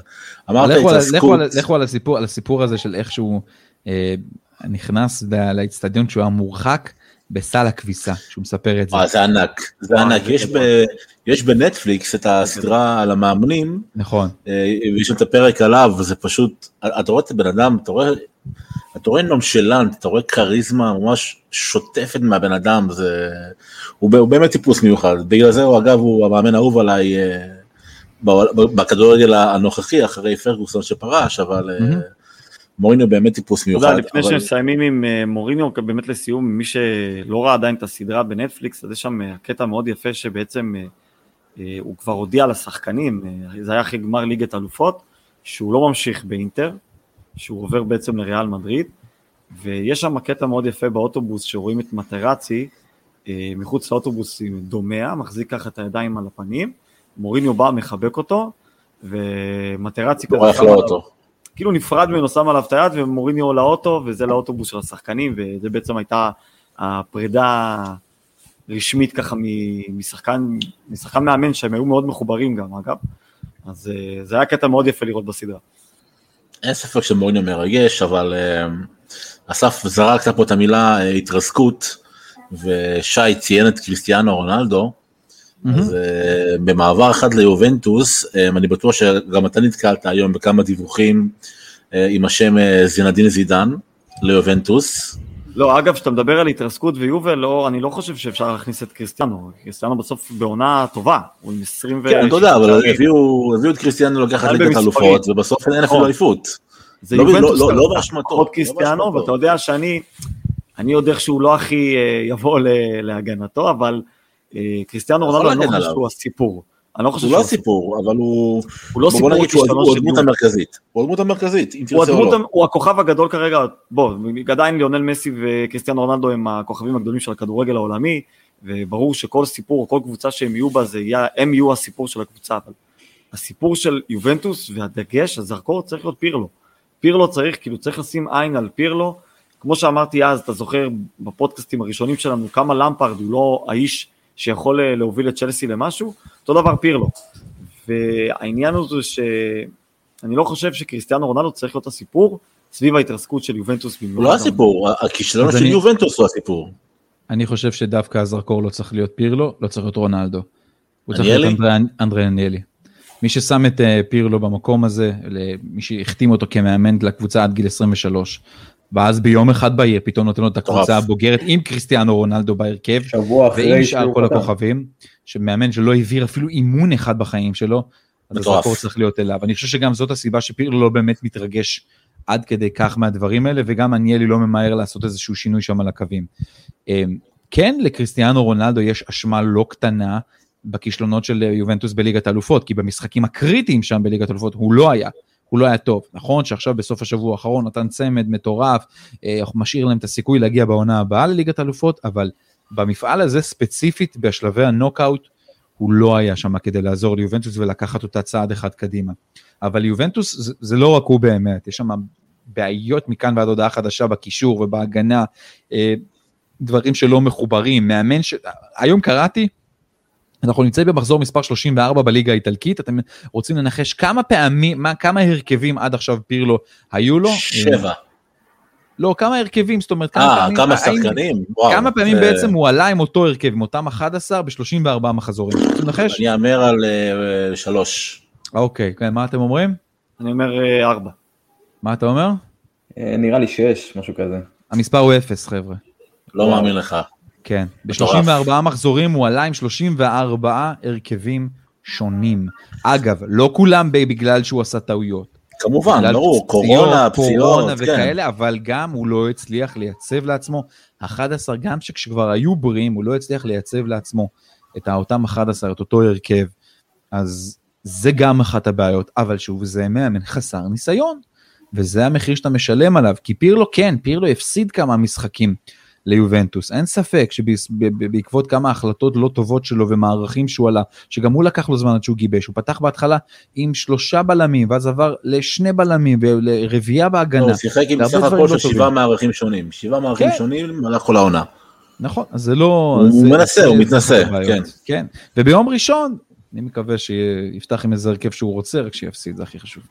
לכו על הסיפור הזה של איך שהוא נכנס לאצטדיון שהוא היה מורחק בסל הכביסה, שהוא מספר את זה. זה ענק, זה ענק. יש בנטפליקס את הסדרה על המאמנים, נכון. ויש את הפרק עליו, וזה פשוט, אתה רואה את הבן אדם, אתה רואה... אתה רואה נומשלנט, אתה רואה קריזמה ממש שוטפת מהבן אדם, זה... הוא, הוא באמת טיפוס מיוחד, בגלל זה הוא אגב הוא המאמן האהוב עליי בכדורגל הנוכחי, אחרי פרגוסון שפרש, אבל mm-hmm. מוריניו באמת טיפוס מיוחד. תודה, לפני אבל... שנסיימים עם מוריניו, באמת לסיום, מי שלא ראה עדיין את הסדרה בנטפליקס, אז יש שם קטע מאוד יפה שבעצם הוא כבר הודיע לשחקנים, זה היה אחרי גמר ליגת אלופות, שהוא לא ממשיך באינטר, שהוא עובר בעצם לריאל מדריד, ויש שם קטע מאוד יפה באוטובוס, שרואים את מטרצי, מחוץ לאוטובוס דומע, מחזיק ככה את הידיים על הפנים, מוריניו בא, מחבק אותו, ומטרצי כזה, כאילו נפרד ממנו, שם עליו את היד, ומוריניו לאוטו, וזה לאוטובוס של השחקנים, וזה בעצם הייתה הפרידה רשמית ככה משחקן, משחקן מאמן, שהם היו מאוד מחוברים גם, אגב, אז זה היה קטע מאוד יפה לראות בסדרה. אין ספק שמוריניו מרגש, אבל אסף זרקת פה את המילה התרסקות, ושי ציין את קריסטיאנו רונלדו, אז במעבר אחד ליובנטוס, אני בטוח שגם אתה נתקלת היום בכמה דיווחים עם השם זינדין זידן ליובנטוס. לא, אגב, שאתה מדבר על התרסקות ויובל, לא, אני לא חושב שאפשר להכניס את קריסטיאנו, קריסטיאנו בסוף בעונה טובה, הוא עם עשרים כן, אתה יודע, אבל הביאו את קריסטיאנו לקחת ליגת אלופות, ובסוף אין אפילו אליפות. זה יובנטוס, לא באשמתו. עוד קריסטיאנו, ואתה יודע שאני, אני יודע שהוא לא הכי יבוא להגנתו, אבל קריסטיאנו רונלדו, אני לא חושב שהוא הסיפור. הוא לא הסיפור, אבל הוא... הוא לא סיפור, הוא הדמות המרכזית. הוא הדמות המרכזית, אם תרצה או לא. הוא הכוכב הגדול כרגע, בוא, עדיין ליונל מסי וקריסטיאנו רונלדו הם הכוכבים הגדולים של הכדורגל העולמי, וברור שכל סיפור, כל קבוצה שהם יהיו בה, הם יהיו הסיפור של הקבוצה, אבל הסיפור של יובנטוס והדגש, הזרקור צריך להיות פירלו. פירלו צריך, כאילו צריך לשים עין על פירלו, כמו שאמרתי אז, אתה זוכר בפודקאסטים הראשונים שלנו, כמה למפרד הוא לא האיש שיכול להוביל את צ'לסי למשהו, אותו דבר פירלו. והעניין הוא זה שאני לא חושב שקריסטיאנו רונלדו צריך להיות הסיפור, סביב ההתרסקות של יובנטוס. הוא לא הסיפור, הכישלון של יובנטוס הוא הסיפור. אני חושב שדווקא הזרקור לא צריך להיות פירלו, לא צריך להיות רונלדו. הוא צריך להיות אנדרי אניאלי. מי ששם את פירלו במקום הזה, מי שהחתים אותו כמאמן לקבוצה עד גיל עשרים ושלוש, ואז ביום אחד בעיר, פתאום נותן לו את הקבוצה הבוגרת, עם קריסטיאנו רונלדו בהרכב, ועם שאר כל הכוכבים, שמאמן שלא העביר אפילו אימון אחד בחיים שלו, אז הזרקור צריך להיות אליו. אני חושב שגם זאת הסיבה שפירלו לא באמת מתרגש עד כדי כך מהדברים האלה, וגם אניאלי לא ממהר לעשות איזשהו שינוי שם על הקווים. כן, לקריסטיאנו רונלדו יש אשמה לא קטנה, בכישלונות של יובנטוס בליגת האלופות, כי במשחקים הקריטיים שם בליגת האלופות הוא לא היה, הוא לא היה טוב, נכון שעכשיו בסוף השבוע האחרון נתן צמד מטורף, משאיר להם את הסיכוי להגיע בעונה הבאה לליגת האלופות, אבל במפעל הזה ספציפית בשלבי הנוקאוט, הוא לא היה שם כדי לעזור ליובנטוס ולקחת אותה צעד אחד קדימה, אבל יובנטוס זה, זה לא רק הוא באמת, יש שם בעיות מכאן ועד הודעה חדשה בקישור ובהגנה, דברים שלא מחוברים, מאמן ש... היום קראתי, אנחנו נמצאים במחזור מספר שלושים וארבע בליגה האיטלקית, אתם רוצים לנחש כמה פעמים, מה, כמה הרכבים עד עכשיו פירלו היו לו? שבע. לא, כמה הרכבים, זאת אומרת, כמה אה, פעמים, כמה שחקנים? וואו. כמה פעמים זה... בעצם הוא עלה עם אותו הרכב, עם אותם אחד עשר ב-שלושים וארבע מחזורים. רוצים לנחש? אני אמר על uh, שלוש. אוקיי, כן, מה אתם אומרים? אני אומר uh, ארבע. מה אתה אומר? נראה לי שש, משהו כזה. המספר הוא אפס, חבר'ה. לא מאמין לך. כן, ב-שלושים וארבע מחזורים הוא עלה עם שלושים וארבע הרכבים שונים. אגב, לא כולם בגלל שהוא עשה טעויות. כמובן, ברור, קורונה, פציעות, קורונה וכאלה, אבל גם הוא לא הצליח לייצב לעצמו, אחד עשר, גם שכשכבר היו בריאים, הוא לא הצליח לייצב לעצמו את אותם אחד עשר, את אותו הרכב, אז זה גם אחת הבעיות, אבל שוב, זה מאמן חסר ניסיון, וזה המחיר שאתה משלם עליו, כי פירלו כן, פירלו הפסיד כמה משחקים ליובנטוס, אין ספק שבעקבות כמה החלטות לא טובות שלו ומערכים שהוא עלה, שגם הוא לקח לו זמן עד שהוא גיבש, הוא פתח בהתחלה עם שלושה בלמים, ואז עבר לשני בלמים ולרביעה בהגנה. הוא שיחק עם סך הכל של שבעה מערכים שונים, שבעה מערכים שונים הלך כל העונה. נכון, אז זה לא... הוא מנסה, הוא מתנסה, כן. כן, וביום ראשון, אני מקווה שיפתח עם איזה הרכב שהוא רוצה, רק שיפסיד, זה הכי חשוב.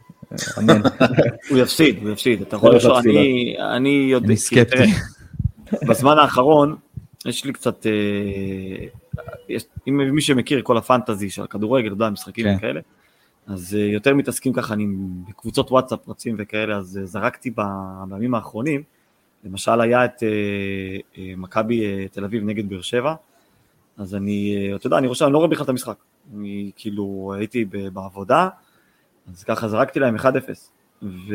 הוא יפסיד, הוא יפסיד, אתה יכול לשאול, אני יודע... אני סקפטי. בזמן האחרון, יש לי קצת, אה, יש, אם מי שמכיר כל הפנטזי של הכדורגל, אתה יודע, משחקים כן. וכאלה, אז אה, יותר מתעסקים ככה, אני בקבוצות וואטסאפ רצים וכאלה, אז אה, זרקתי בימים האחרונים, למשל היה את אה, אה, מכבי אה, תל אביב נגד באר שבע, אז אני, אה, אתה יודע, אני חושב, אני לא רואה בכלל את המשחק, אני כאילו הייתי בעבודה, אז ככה זרקתי להם אחד אפס, ו...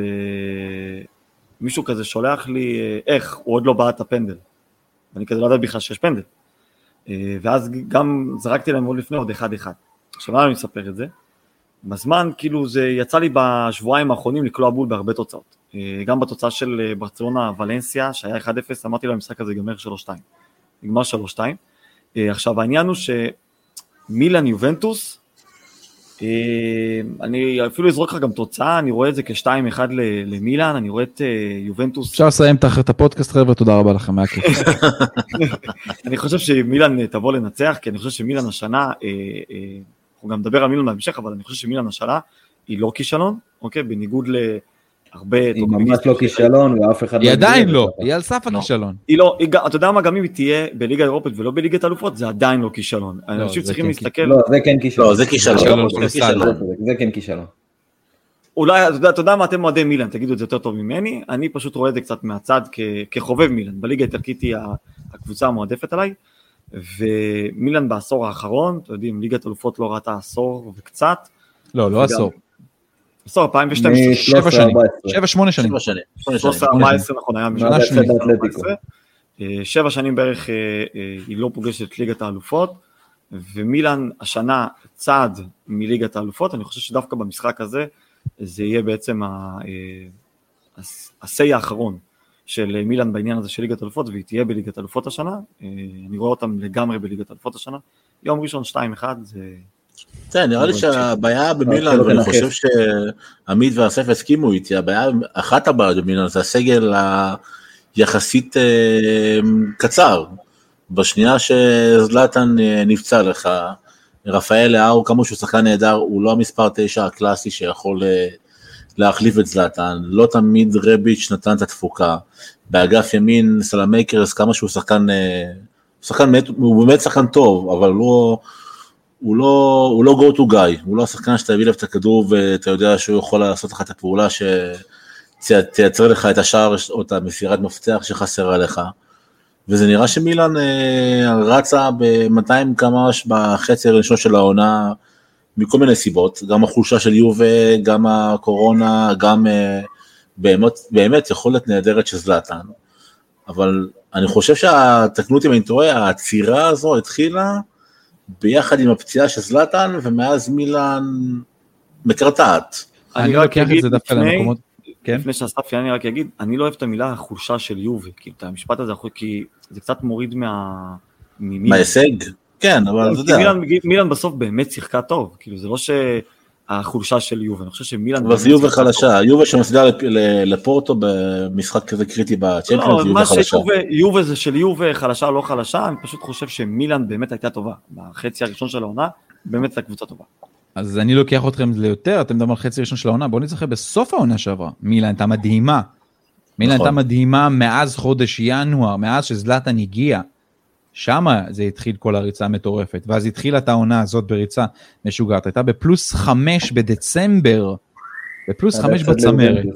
מישהו כזה שולח לי, איך, הוא עוד לא בעט הפנדל. ואני כזה לא יודע בכלל שיש פנדל. ואז גם זרקתי להם עוד לפני עוד אחד אחד. עכשיו, אני מספר את זה. בזמן, כאילו, זה יצא לי בשבועיים האחרונים לקלוע בול בהרבה תוצאות. גם בתוצאה של ברצלונה ולנסיה, שהיה אחד אפס, אמרתי לו, המשחק הזה ייגמר שלוש שתיים. נגמר שלוש שתיים. עכשיו, העניין הוא שמילאן יובנטוס, אני אפילו אזרוק לך גם תוצאה, אני רואה את זה כ-שתיים אחד למילאן, אני רואה את יובנטוס... אפשר לסיים תחת הפודקאסט, חבר'ה, תודה רבה לכם, היה כיף. אני חושב שמילאן תבוא לנצח, כי אני חושב שמילאן השנה, אנחנו גם נדבר על מילאן בהמשך, אבל אני חושב שמילאן השנה היא לא כישלון, אוקיי? בניגוד להרבה... היא ממש לא כישלון, ואף אחד... היא עדיין לא, היא על סף הכישלון. היא לא, אתה יודע מה, גם אם היא תהיה בליגה האירופית ולא בליגת האלופות, זה עדיין לא כישלון. אנשים צריכים להסתכל... לא, זה כן כישלון. לא, זה כישלון. זה כן כישלון. אולי, אתה יודע מה, אתם מועדי מילאן, תגידו את זה יותר טוב ממני, אני פשוט רואה את זה קצת מהצד כחובב מילאן. בליגה האיטלקית היא הקבוצה המועדפת עליי, ומילאן בעשור האחרון, אתם יודעים, ליגת האלופות לא ראתה עשור וקצת. לא, לא עשור. עשור, אלפיים ושתים עשרה. שבע שנים. שבע, שמונה שנים. שלוש עשרה ארבע עשרה, נכון, היה משנה שמונה עשרה. שבע שנים בערך היא לא פוגשת ליגת האלופות, ומילאן השנה צעד מליגת האלופות, אני חושב שדווקא במשחק הזה, זה יהיה בעצם הסי האחרון של מילאן בעניין הזה של ליגת האלופות, והיא תהיה בליגת האלופות השנה, אני רואה אותם לגמרי בליגת האלופות השנה, יום ראשון שתיים אחד זה... כן, נראה לי שהבעיה במילאן, ואני חושב שעמית ואסף הסכימו איתי, הבעיה, אחת הבעיות במילאן זה הסגל היחסית קצר, בשנייה שזלאטן נפצע לך, רפאל לאהו, כמו שהוא שחקן נהדר, הוא לא המספר תשע הקלאסי שיכול להחליף את זלאטן, לא תמיד רביץ' נתן את התפוקה, באגף ימין סלאמייקרס, כמה שהוא שחקן, שחקן הוא באמת שחקן טוב, אבל לא... הוא לא, הוא לא go to guy, הוא לא השחקן שאתה הביא לב את הכדור ואתה יודע שהוא יכול לעשות לך את הפעולה שתייצר לך את השער או את המסירת מפתח שחסרה לך, וזה נראה שמילאן אה, רצה ב-מאתיים קמ"ש בחצי הראשון של העונה מכל מיני סיבות, גם החולשה של יובה, גם הקורונה, גם אה, באמת, באמת יכולת נהדרת של זלאטן, אבל אני חושב שהתקנות אם אני טועה, העצירה הזו התחילה ביחד עם הפציעה של זלאטן, ומאז מילאן מקרטעת. אני רק אגיד לפני, לפני שאסף אני רק אגיד, אני לא אוהב את המילה החולשה של יובה, כי את המשפט הזה, כי זה קצת מוריד מה... מההישג? כן, אבל אתה יודע. מילאן בסוף באמת שיחקה טוב, כאילו זה לא ש... החולשה של יובה, אני חושב שמילאן... אבל זה יובה חלשה, יובה שמסגר לפורטו במשחק כזה קריטי בצ'מפיונס, יובה חלשה. יובה זה של יובה חלשה או לא חלשה, אני פשוט חושב שמילאן באמת הייתה טובה, בחצי הראשון של העונה, באמת הייתה קבוצה טובה. אז אני לוקח אתכם ליותר, אתם מדברים על חצי ראשון של העונה, בואו נצטרך בסוף העונה שעברה, מילאן הייתה מדהימה, מילאן הייתה מדהימה מאז חודש ינואר, מאז שזלאטן הגיע, שם זה התחיל כל הריצה המטורפת, ואז התחילה את העונה הזאת בריצה משוגעת, הייתה בפלוס חמש בדצמבר, בפלוס חמש בצמרת,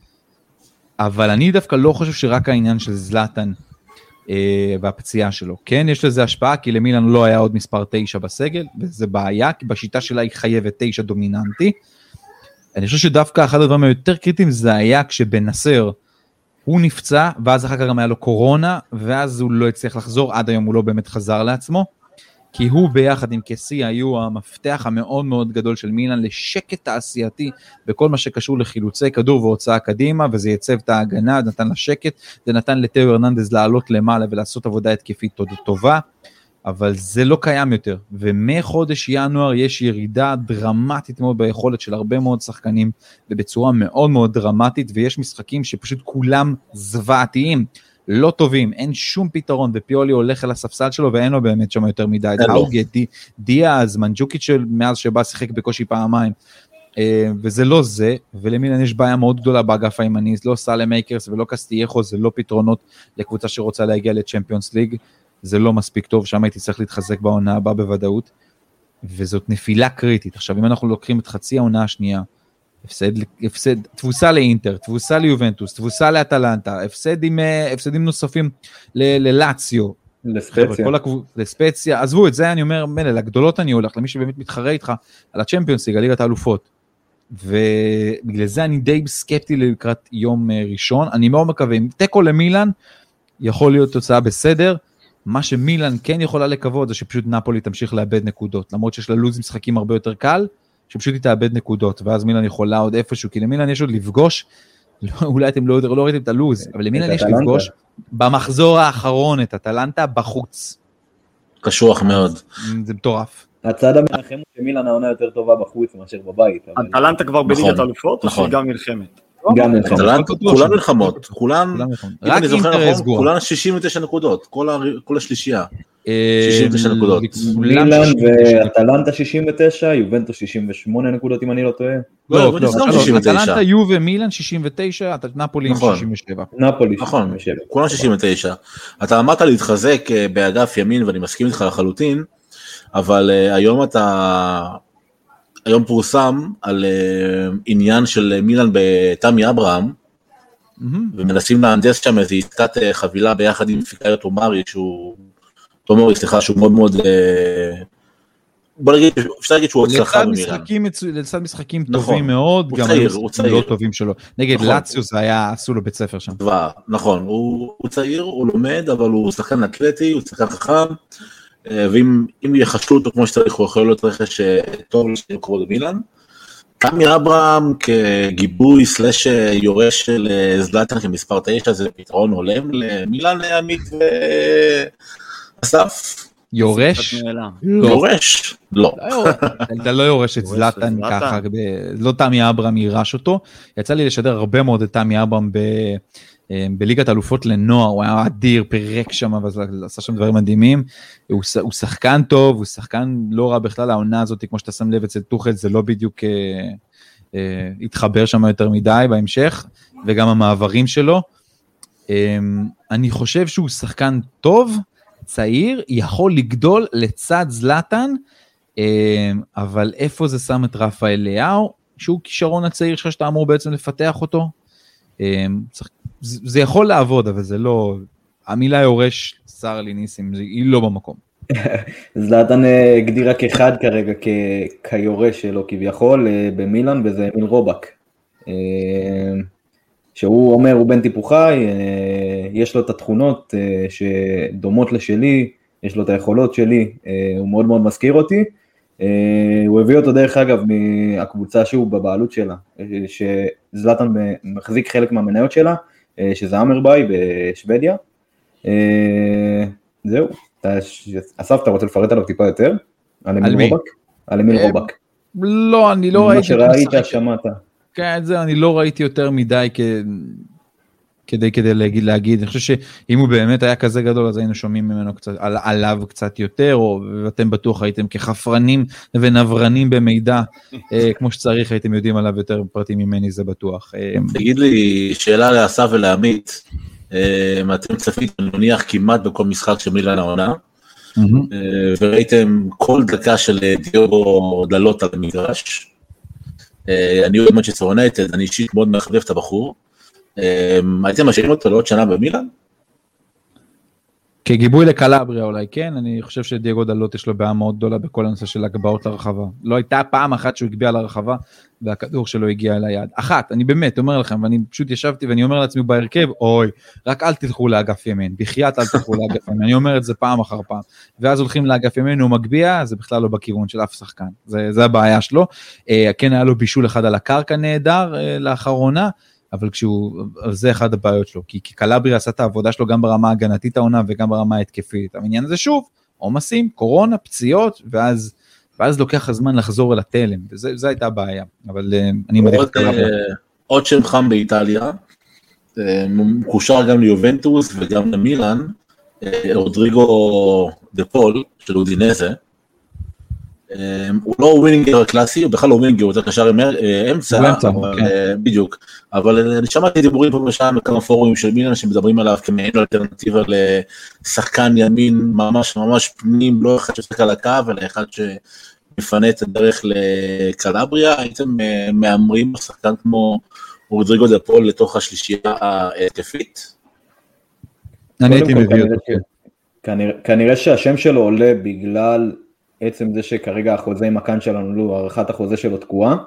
אבל אני דווקא לא חושב שרק העניין של זלאטן אה, והפציעה שלו, כן יש לזה השפעה, כי למילאן לא היה עוד מספר תשע בסגל, וזה בעיה, כי בשיטה שלה היא חייבת תשע דומיננטי, אני חושב שדווקא אחד הדברים היותר קריטיים, זה היה כשבנסר, הוא נפצע, ואז אחר כך גם היה לו קורונה, ואז הוא לא הצליח לחזור, עד היום הוא לא באמת חזר לעצמו, כי הוא ביחד עם קסי היו המפתח המאוד מאוד גדול של מילאן, לשקט תעשייתי, בכל מה שקשור לחילוצי כדור והוצאה קדימה, וזה יצב את ההגנה, זה נתן לה שקט, זה נתן לתאו הרננדז לעלות למעלה, ולעשות עבודה התקפית טובה, אבל זה לא קיים יותר, ומחודש ינואר יש ירידה דרמטית מאוד ביכולת של הרבה מאוד שחקנים, ובצורה מאוד מאוד דרמטית, ויש משחקים שפשוט כולם זוועתיים, לא טובים, אין שום פתרון, ופיולי הולך אל הספסל שלו, ואין לו באמת שם יותר מדי, האוגט, דיאז, מנג'וקיץ' מאז שבא שיחק בקושי פעמיים, וזה לא זה, ולמילאן יש בעיה מאוד גדולה באגף הימני, לא סאלה מייקרס ולא קסטייחו, זה לא פתרונות לקבוצה שרוצה להגיע לצ'מפיונס ליג, זה לא מספיק טוב, שם הייתי צריך להתחזק בעונה הבאה בוודאות, וזאת נפילה קריטית. עכשיו, אם אנחנו לוקחים את חצי העונה השנייה, הפסד, הפסד, תבוסה לאינטר, תבוסה ליובנטוס, תבוסה לאטלנטה, הפסדים, הפסדים נוספים ללאציו, לספציה. לספציה, עזבו את זה, אני אומר, מלא, לגדולות אני הולך, למי שבאמת מתחרה איתך, על הצ'מפיונס ליג, על ליגת האלופות, ובגלל זה אני די סקפטי לקראת יום ראשון, אני מאוד מקווה, אם תיקו למילאן, יכול להיות תוצאה בסדר, מה שמילאן כן יכולה לקוות, זה שפשוט נפולי תמשיך לאבד נקודות, למרות שיש לה לוז משחקים הרבה יותר קל, שפשוט היא תאבד נקודות, ואז מילאן יכולה עוד איפשהו, כי למילאן יש עוד לפגוש, אולי אתם לא, לא ראיתם את הלוז, אבל למילאן יש לפגוש, במחזור האחרון את אטלנטה בחוץ. קשוח מאוד. זה מטורף. הצד המנחם הוא שמילאן העונה יותר טובה בחוץ מאשר בבית. אטלנטה כבר בליגת האלופות, או שהיא גם נלחמת? גם נלחמת. כולן מלחמות, כולן, אם אני זוכר נכון, כולן שישים ותשע נקודות, כל השלישייה. שישים ותשע נקודות. מילאן ואטלנטה שישים ותשע, יובנטוס שישים ושמונה נקודות אם אני לא טועה. לא, לא, אטלנטה, יובה, מילאן שישים ותשע, נפולי שישים ושבע. נפולי שישים ושבע. כולן שישים ותשע. אתה אמרת להתחזק באגף ימין, ואני מסכים איתך לחלוטין, אבל היום אתה... היום פורסם על uh, עניין של מילאן בתמי אברהם, mm-hmm. ומנסים להנדס שם איזו עסקת uh, חבילה ביחד עם פיקאיות אומרי, שהוא, תומרי, סליחה, שהוא מאוד מאוד, uh, בוא נגיד, אפשר להגיד שהוא הצלחה במילאן. לצד משחקים נכון. טובים מאוד, גם צעיר, הוא צעיר. לא טובים שלו. נגד נכון. לאציו זה היה, עשו לו בית ספר שם. דבר, נכון, הוא, הוא צעיר, הוא לומד, אבל הוא שחקן אתלטי, הוא שחקן חכם, ואם יחשו אותו כמו שצריך, הוא יכול להיות רכש טוב לשנים קרוב במילאן. תמי אברהם כגיבוי סלש יורש של זלאטן כמספר תשע, זה פתרון הולם למילאן עמית ואסף. יורש? יורש? לא. אתה לא יורש את זלאטן ככה, לא תמי אברהם יירש אותו. יצא לי לשדר הרבה מאוד את תמי אברהם ב... בליגת האלופות לנוער, הוא היה אדיר, פירק שם, ועשה שם דברים מדהימים, הוא, הוא שחקן טוב, הוא שחקן לא רע בכלל, העונה הזאת, כמו שאתה שם לב אצל טוחל, זה לא בדיוק אה, אה, התחבר שם יותר מדי בהמשך, וגם המעברים שלו, אה, אני חושב שהוא שחקן טוב, צעיר, יכול לגדול לצד זלאטן, אה, אבל איפה זה שם את רפאל ליאו, שהוא כישרון הצעיר שלך, שאתה אמור בעצם לפתח אותו, אה, צריך זה יכול לעבוד, אבל זה לא, המילה יורש, שר לי ניסים, היא לא במקום. זלאטן הגדירה כאחד כרגע, כיורש שלו כביכול, במילאן, וזה אמיל רובק. שהוא אומר, הוא בן טיפוחי, יש לו את התכונות שדומות לשלי, יש לו את היכולות שלי, הוא מאוד מאוד מזכיר אותי, הוא הביא אותו דרך אגב מהקבוצה שהוא בבעלות שלה, שזלאטן מחזיק חלק מהמניות שלה, שזה אמרביי בשוודיה. זהו, אסף, אתה רוצה לפרט עליו טיפה יותר? על אמיל רובק? על אמיל רובק. לא, אני לא ראיתי... מה שראית, שמעת. כן, זה, אני לא ראיתי יותר מדי כ... כדי, כדי להגיד, להגיד, אני חושב שאם הוא באמת היה כזה גדול, אז היינו שומעים ממנו קצת, על, עליו קצת יותר, או ואתם בטוח הייתם כחפרנים ונברנים במידע, אה, כמו שצריך, הייתם יודעים עליו יותר פרטים ממני, זה בטוח. אה, תגיד לי, שאלה לאסף ולעמית, אה, אתם צפיתם, אני מניח, כמעט בכל משחק של מילאן העונה, אה, וראיתם כל דקה של דיוגו דלות על המגרש, אה, אני אוהד מנצ'סטר יונייטד, אני אישית מאוד מחבב את הבחור, הייתם משאירים אותו לעוד שנה במילאן? כגיבוי לקלבריה אולי כן, אני חושב שדייגו דלות יש לו בעיה מאוד גדולה בכל הנושא של הגבעות לרחבה. לא הייתה פעם אחת שהוא הגביע לרחבה, והכדור שלו הגיע אל היד. אחת, אני באמת אומר לכם, ואני פשוט ישבתי ואני אומר לעצמי בהרכב, אוי, רק אל תלכו לאגף ימין, בחייאת אל תלכו לאגף ימין, אני אומר את זה פעם אחר פעם, ואז הולכים לאגף ימין, הוא מגביע, זה בכלל לא בכיוון של אף שחקן, זה, זה הבעיה שלו. כן, היה לו בישול אחד על הקרקע נהדר לאחרונה, אבל כשהוא, זה אחד הבעיות שלו, כי קלבריה עשה את העבודה שלו גם ברמה הגנתית העונה וגם ברמה ההתקפית. העניין הזה שוב, עומסים, קורונה, פציעות, ואז, ואז לוקח הזמן לחזור אל התלם, וזה הייתה הבעיה, אבל אני מדהים את קלבריה. עוד שם חם באיטליה, מקושר גם ליובנטוס וגם למילאן, רודריגו דה פול של אודינזה, הוא לא ווינינגר הקלאסי, הוא בכלל לא ווינינגר, הוא יותר קשר אמצע, בדיוק, אבל אני שמעתי דיבורים פה ושם בכמה פורומים של מילאן שמדברים עליו כמעין אלטרנטיבה לשחקן ימין ממש ממש פנים, לא אחד ששחק על הקו, אלא אחד שמפנה את הדרך לקלבריה. הייתם מאמרים בשחקן כמו רודריגו דה פול לתוך השלישייה ההתקפית? אני הייתי מביא אותו. כנראה שהשם שלו עולה בגלל עצם זה שכרגע החוזה עם מקן שלנו, לא, הערכת החוזה שלו תקועה,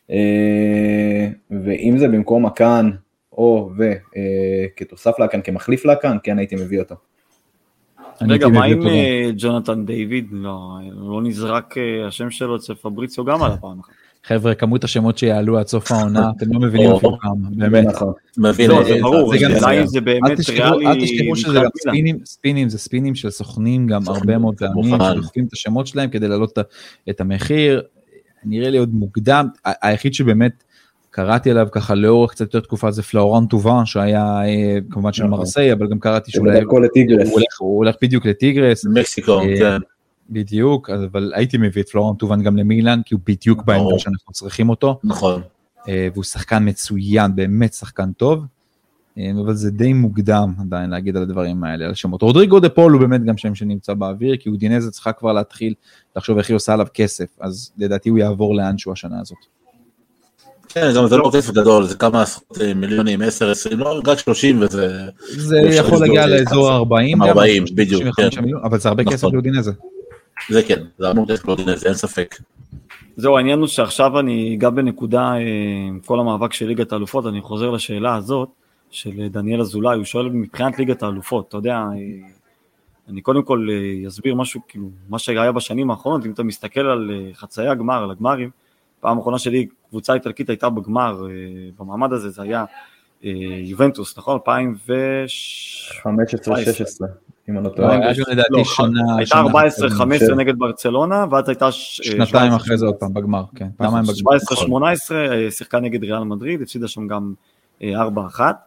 ואם זה במקום מקן, או וכתוסף לקן, כמחליף לקן, כן הייתי מביא אותו. רגע, מה עם ג'ונתן דיוויד? לא, לא נזרק השם שלו אצל פבריציו גם על הפעם אחת. חבר'ה, כמות השמות שיעלו עד סוף העונה, אתם לא מבינים אפילו כמה, באמת. מבין, זה ברור, זה באמת ריאלי. אל תשכחו שזה גם ספינים, ספינים, זה ספינים של סוכנים גם הרבה מאוד פעמים, שדוחפים את השמות שלהם כדי להעלות את המחיר, נראה לי עוד מוקדם, היחיד שבאמת קראתי עליו ככה לאורך קצת יותר תקופה, זה פלאורן טובן, שהיה כמובן של מרסיי, אבל גם קראתי שהוא הולך בדיוק לטיגרס. מקסיקו, כן. בדיוק, אבל הייתי מביא את פלורן טובן גם למילאן, כי הוא בדיוק בעמדה שאנחנו צריכים אותו. נכון. והוא שחקן מצוין, באמת שחקן טוב, אבל זה די מוקדם עדיין להגיד על הדברים האלה, על השמות. רודריגו דה פול הוא באמת גם שם שנמצא באוויר, כי אודינזה צריכה כבר להתחיל לחשוב איך היא עושה עליו כסף, אז לדעתי הוא יעבור לאנשהו השנה הזאת. כן, גם זה לא כסף גדול, זה כמה עשרות מיליונים, עשר, עשרים, לא, רק שלושים, וזה... זה יכול להגיע לאזור ארבעים, ארבעים, בדיוק, כן. אבל זה הרבה כסף לאודינזה. זה כן, זה אמור כסף לאודינזה, אין ספק. זהו, העניין הוא שעכשיו אני אגע בנקודה, כל המאבק של ליגת האלופות, אני חוזר לשאלה הזאת, של דניאל אזולאי, הוא שואל מבחינת ליגת האלופות, אתה יודע, אני קודם כל אסביר משהו, כאילו, מה שהיה בשנים האחרונות, אם אתה מסתכל על חצאי הגמר, על הגמרים, פעם האחרונה שלי, קבוצה איטלקית הייתה בגמר, במעמד הזה, זה היה יובנטוס, נכון? אלפיים וחמש עשרה שש עשרה, אם אני לא טועה. הייתה ארבע עשרה חמש עשרה נגד ברצלונה, ואז הייתה... שנתיים אחרי זה עוד פעם בגמר, כן. שבע עשרה שמונה עשרה, שיחקה נגד ריאל מדריד, הפסידה שם גם ארבע אחת.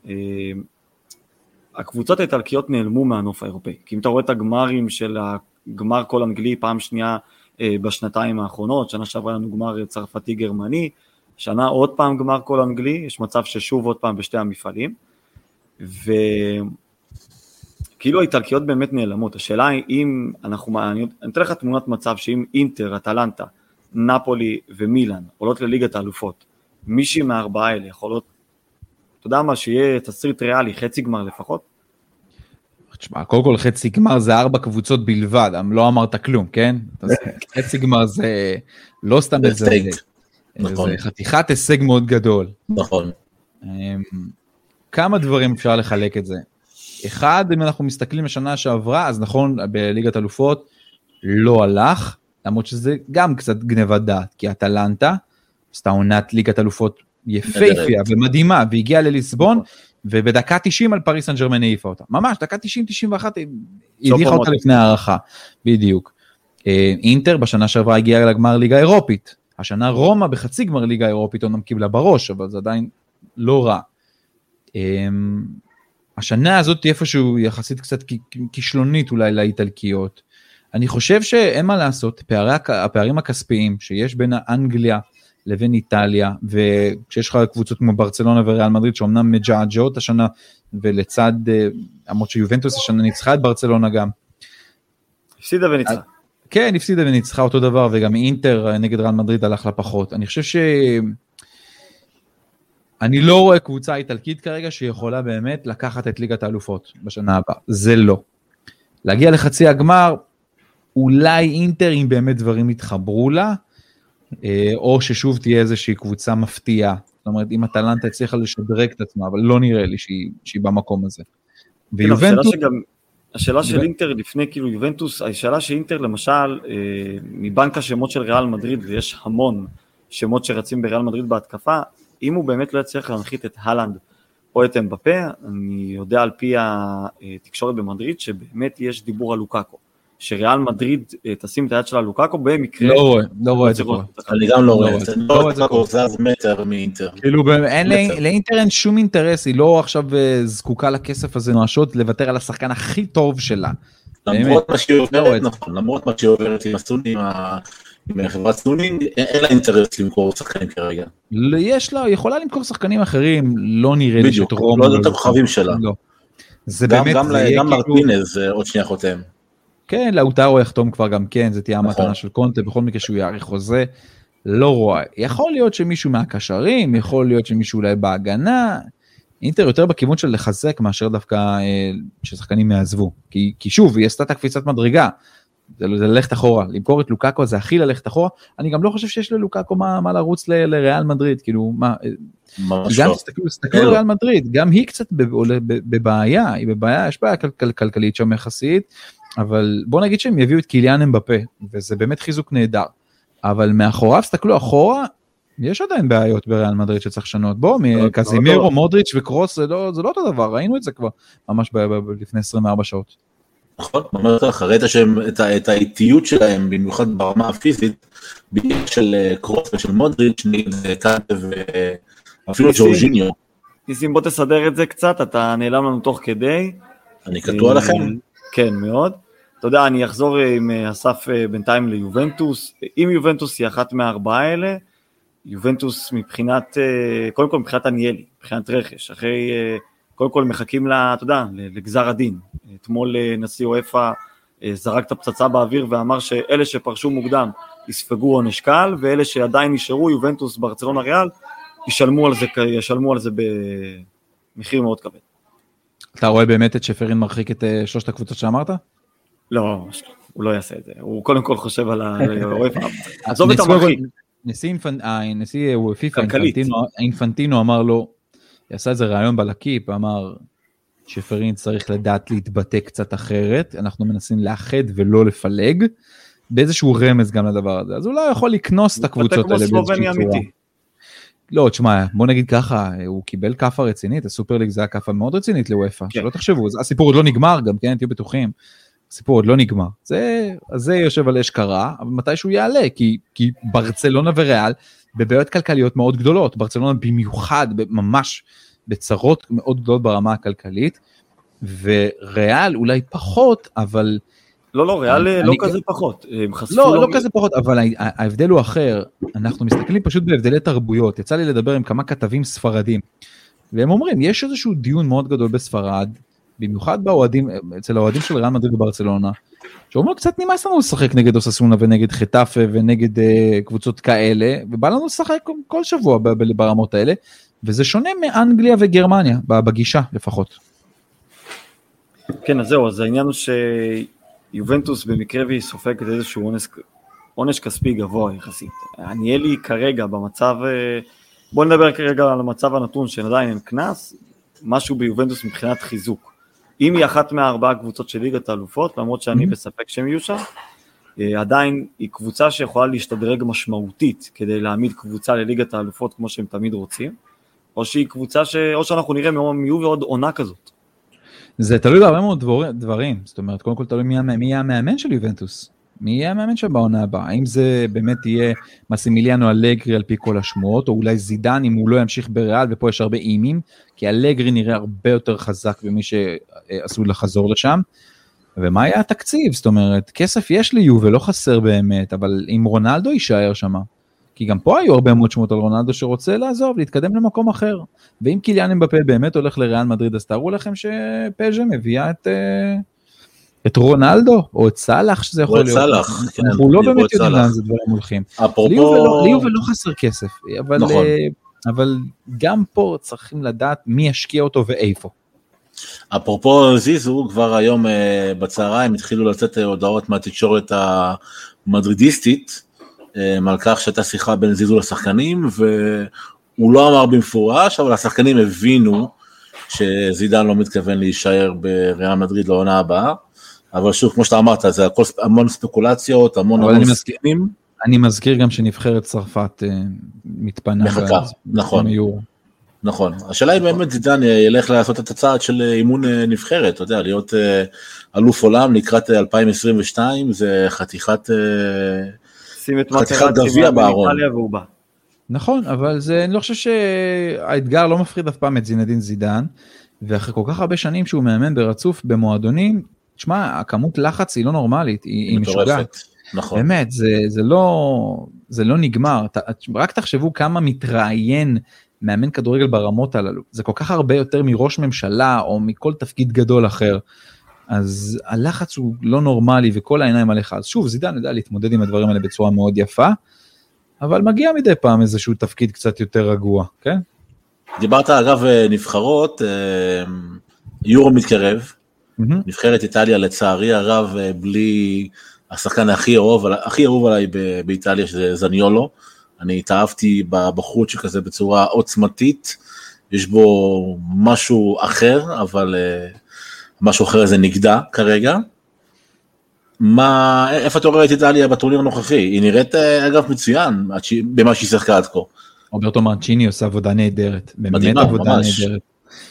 הקבוצות האיטלקיות נעלמו מהנוף האירופאי, כי אם אתה רואה את הגמרים של הגמר כל אנגלי, פעם שנייה בשנתיים האחרונות, שנה שעברה לנו גמר צרפתי גרמני, שנה עוד פעם גמר כל אנגלי, יש מצב ששוב עוד פעם בשתי המפעלים, וכאילו האיטלקיות באמת נעלמות, השאלה היא אם אנחנו, אני אתן לך תמונת מצב שאם אינטר, אטלנטה, נפולי ומילאן עולות לליגת האלופות, מישהי מהארבעה האלה יכולות, אתה יודע מה, שיהיה תסריט ריאלי, חצי גמר לפחות? תשמע, קודם כל חצי גמר זה ארבע קבוצות בלבד, לא אמרת כלום, כן? חצי גמר זה לא סתם איזה, זה חתיכת הישג מאוד גדול. נכון. כמה דברים אפשר לחלק את זה? אחד, אם אנחנו מסתכלים לשנה שעברה, אז נכון, בליגת אלופות לא הלך, למרות שזה גם קצת גנבת דעת, כי אטלנטה, עשתה עונת ליגת אלופות יפהפייה ומדהימה, והגיעה לליסבון, ובדקה תשעים על פריס סן ז'רמן העיפה אותה. ממש, דקה תשעים תשעים ואחת, הדיחה אותה לפני הערכה, בדיוק. אינטר בשנה שעברה הגיעה לגמר ליגה אירופית, השנה רומא בחצי גמר ליגה האירופית, אומנם קיבלה בראש, אבל זה עדיין לא רע. השנה הזאת תהיה איפשהו יחסית קצת כישלונית אולי לאיטלקיות. אני חושב שאין מה לעשות, פערי, הפערים הכספיים שיש בין אנגליה לבין איטליה, וכשיש לך קבוצות כמו ברצלונה וריאל מדריד, שאומנם מג'עג'עות השנה, ולצד, עמוד שיובנטוס השנה ניצחה את ברצלונה גם. הפסידה וניצחה. כן, הפסידה וניצחה אותו דבר, וגם אינטר נגד ריאל מדריד הלך לה פחות. אני חושב ש... אני לא רואה קבוצה איטלקית כרגע שיכולה באמת לקחת את ליגת האלופות בשנה הבאה. זה לא. להגיע לחצי הגמר, אולי אינטר אם באמת דברים יתחברו לה, או ששוב תהיה איזושהי קבוצה מפתיעה. זאת אומרת, אם הטלנטה הצליחה לשדרג את עצמה, אבל לא נראה לי שהיא, שהיא במקום הזה. ויובנטוס... השאלה, שגם, השאלה של אינטר לפני כאילו יובנטוס, השאלה שאינטר למשל, מבנק השמות של ריאל מדריד, ויש המון שמות שרצים בריאל מדריד בהתקפה, אם הוא באמת לא יצליח להנחית את הלנד או את אמבפה, אני יודע על פי התקשורת במדריד, שבאמת יש דיבור על לוקאקו. שריאל מדריד תשים את היד שלה לוקאקו במקרה... לא רואה, לא רואה את זה פה. אני גם לא רואה את זה. לא רואה את זה פה, זה אז מטר מאינטר. כאילו, לאינטר אין שום אינטרס, היא לא עכשיו זקוקה לכסף הזה נואשות, לוותר על השחקן הכי טוב שלה. למרות מה שהיא עוברת, נכון, למרות מה שהיא עוברת עם הסונים, עם חברת סונים, אין לה אינטרס למכור שחקנים כרגע. יש לה, היא יכולה למכור שחקנים אחרים, לא נראה לי שתרום. לא זאת הכוכבים שלה. גם מרטינז עוד שנייה חותם. כן, לאוטרו יחתום כבר גם כן, זה תהיה המתנה של קונטה, בכל מקרה שהוא יעריך חוזה, לא רואה. יכול להיות שמישהו מהקשרים, יכול להיות שמישהו אולי בהגנה, אינטר יותר בכיוון של לחזק, מאשר דווקא אה, ששחקנים יעזבו. כי, כי שוב, היא עשתה את הקפיצת מדרגה, זה, זה ללכת אחורה, למכור את לוקאקו, זה הכי ללכת אחורה, אני גם לא חושב שיש ללוקאקו מה, מה לרוץ ל, לריאל מדריד, כאילו, מה, גם תסתכלו, תסתכלו לריאל מדריד, גם היא קצת בבעיה, היא בבעיה, יש בעיה כל, כלכלית שם יחסית, אבל בוא נגיד שהם יביאו את קיליאן אמבפה, וזה באמת חיזוק נהדר, אבל מאחוריו, תסתכלו אחורה, יש עדיין בעיות בריאל מדריד שצריך לשנות, בוא, קזימירו, מודריץ' וקרוס, זה לא, זה לא אותו דבר, ראינו את זה כבר, ממש ב- ב- ב- לפני עשרים וארבע שעות. נכון, אומרת לך, ראית את האיטיות שלהם, במיוחד ברמה הפיזית, של קרוס ושל מודריץ', נגד קאנטה ואפילו ג'ורג'יניו. ניסים, בוא תסדר את זה קצת, אתה נעלם לנו תוך כדי. אני קטוע לכם. כן, מאוד. אתה יודע, אני אחזור עם אסף בינתיים ליובנטוס. אם יובנטוס היא אחת מהארבעה האלה, יובנטוס מבחינת, קודם כל מבחינת אניאלי, מבחינת רכש, אחרי, קודם כל מחכים לה, אתה יודע, לגזר הדין. אתמול נשיא אופה זרק את הפצצה באוויר ואמר שאלה שפרשו מוקדם יספגו עונש קל, ואלה שעדיין נשארו, יובנטוס, ברצלונה, ריאל, ישלמו על זה, ישלמו על זה במחיר מאוד כבד. אתה רואה באמת את שפרין מרחיק את שלושת הקבוצות שאמרת? לא, הוא לא יעשה את זה. הוא קודם כל חושב על האופה. עזוב את המרחיק. נשיא פיפה, אינפנטינו אמר לו, יעשה את זה רעיון בלקיפ, אמר שפרין צריך לדעת להתבטא קצת אחרת, אנחנו מנסים לאחד ולא לפלג, באיזשהו רמז גם לדבר הזה, אז הוא לא יכול לקנוס את הקבוצות האלה באיזושהי צורה. לא, תשמע, בוא נגיד ככה, הוא קיבל קפה רצינית, הסופר ליג זה היה קפה מאוד רצינית לאופה, שלא תחשבו, הסיפור עוד לא נגמר גם, כן, תהיו בטוחים, הסיפור עוד לא נגמר, זה, זה יושב על אש קרה, אבל מתי שהוא יעלה, כי, כי ברצלונה וריאל, בבעיות כלכליות מאוד גדולות, ברצלונה במיוחד, ממש בצרות מאוד גדולות ברמה הכלכלית, וריאל אולי פחות, אבל... לא, לא, ריאל אני, לא אני... כזה פחות. לא, לא, לא כזה פחות, אבל ההבדל הוא אחר, אנחנו מסתכלים פשוט בהבדלי תרבויות, יצא לי לדבר עם כמה כתבים ספרדים, והם אומרים, יש איזשהו דיון מאוד גדול בספרד, במיוחד באוהדים, אצל האוהדים של ריאל מדריד וברצלונה, שאומר, קצת נמאס לנו לשחק נגד אוססונה ונגד חטאפה ונגד uh, קבוצות כאלה, ובא לנו לשחק כל שבוע ברמות האלה, וזה שונה מאנגליה וגרמניה, בגישה לפחות. כן, אז זהו, אז העניין הוא שיובנטוס במקרה והיא סופגת איזשהו עונש, עונש כספי גבוה יחסית. אניאלי כרגע במצב, בוא נדבר כרגע על המצב הנתון שעדיין אין כנס, משהו ביובנטוס מבחינת חיזוק. אם היא אחת מהארבעה קבוצות של ליגת האלופות, למרות שאני בספק שהם יהיו שם, עדיין היא קבוצה שיכולה להשתדרג משמעותית כדי להעמיד קבוצה לליגת האלופות כמו שהם תמיד רוצים, או שהיא קבוצה ש... או שאנחנו נראה מיהו ועוד עונה כזאת. זה תלוי בהרבה מאוד דברים, זאת אומרת, קודם כל תלוי מי יהיה המאמן של יובנטוס. מי יהיה המאמן שם בעונה הבאה? האם זה באמת יהיה מסימיליאנו אלגרי על פי כל השמועות, או אולי זידן אם הוא לא ימשיך בריאל, ופה יש הרבה אימים, כי אלגרי נראה הרבה יותר חזק במי שעשוי לחזור לשם, ומה היה התקציב? זאת אומרת, כסף יש לי יובל, לא חסר באמת, אבל אם רונלדו יישאר שם, כי גם פה היו הרבה מאוד שמות על רונלדו שרוצה לעזוב, להתקדם למקום אחר, ואם קיליאן אמבפה באמת הולך לריאל מדריד, אז תארו לכם שפז'ה מביאה את... את רונלדו, או את סלאח, שזה יכול להיות. או את סלאח, כן. אנחנו לא באמת יודעים לאן זה דברים הולכים. לי יובל לא חסר כסף, אבל גם פה צריכים לדעת מי ישקיע אותו ואיפה. אפרופו זיזו, כבר היום בצהריים התחילו לצאת הודעות מהתקשורת המדרידיסטית, על כך שהייתה שיחה בין זיזו לשחקנים, והוא לא אמר במפורש, אבל השחקנים הבינו שזידן לא מתכוון להישאר בריאל מדריד לעונה הבאה, אבל שוב, כמו שאתה אמרת, זה הכל, המון ספקולציות, המון המון סכינים. אני מזכיר גם שנבחרת צרפת מתפנה. מחכה, נכון. נכון. השאלה היא באמת זידן ילך לעשות את הצעד של אימון נבחרת, אתה יודע, להיות אלוף עולם לקראת אלפיים עשרים ושתיים, זה חתיכת, חתיכת גביע בארון. נכון, אבל זה, אני לא חושב שהאתגר לא מפחיד אף פעם את זינדין זידן, ואחרי כל כך הרבה שנים שהוא מאמן ברצוף במועדונים, תשמע, הכמות לחץ היא לא נורמלית, היא, היא משוגעת. נכון. באמת, זה, זה לא, זה לא נגמר. רק תחשבו כמה מתראיין מאמן כדורגל ברמות הללו. זה כל כך הרבה יותר מראש ממשלה, או מכל תפקיד גדול אחר. אז הלחץ הוא לא נורמלי, וכל העיניים עליך. אז שוב, זידן יודע להתמודד עם הדברים האלה בצורה מאוד יפה, אבל מגיע מדי פעם איזשהו תפקיד קצת יותר רגוע, כן? דיברת אגב נבחרות, יורו מתקרב, נבחרת איטליה לצערי הרב בלי השחקן הכי אהוב, הכי אהוב עליי באיטליה שזה זניולו, אני התאהבתי בחוץ שכזה בצורה עוצמתית, יש בו משהו אחר, אבל משהו אחר זה נגדע כרגע. מה, איפה אתה רואה את איטליה בטורניר הנוכחי? היא נראית אגב מצוין במה שהיא שיחקה עד כה. רוברטו מנצ'יני עושה עבודה נהדרת, באמת עבודה נהדרת.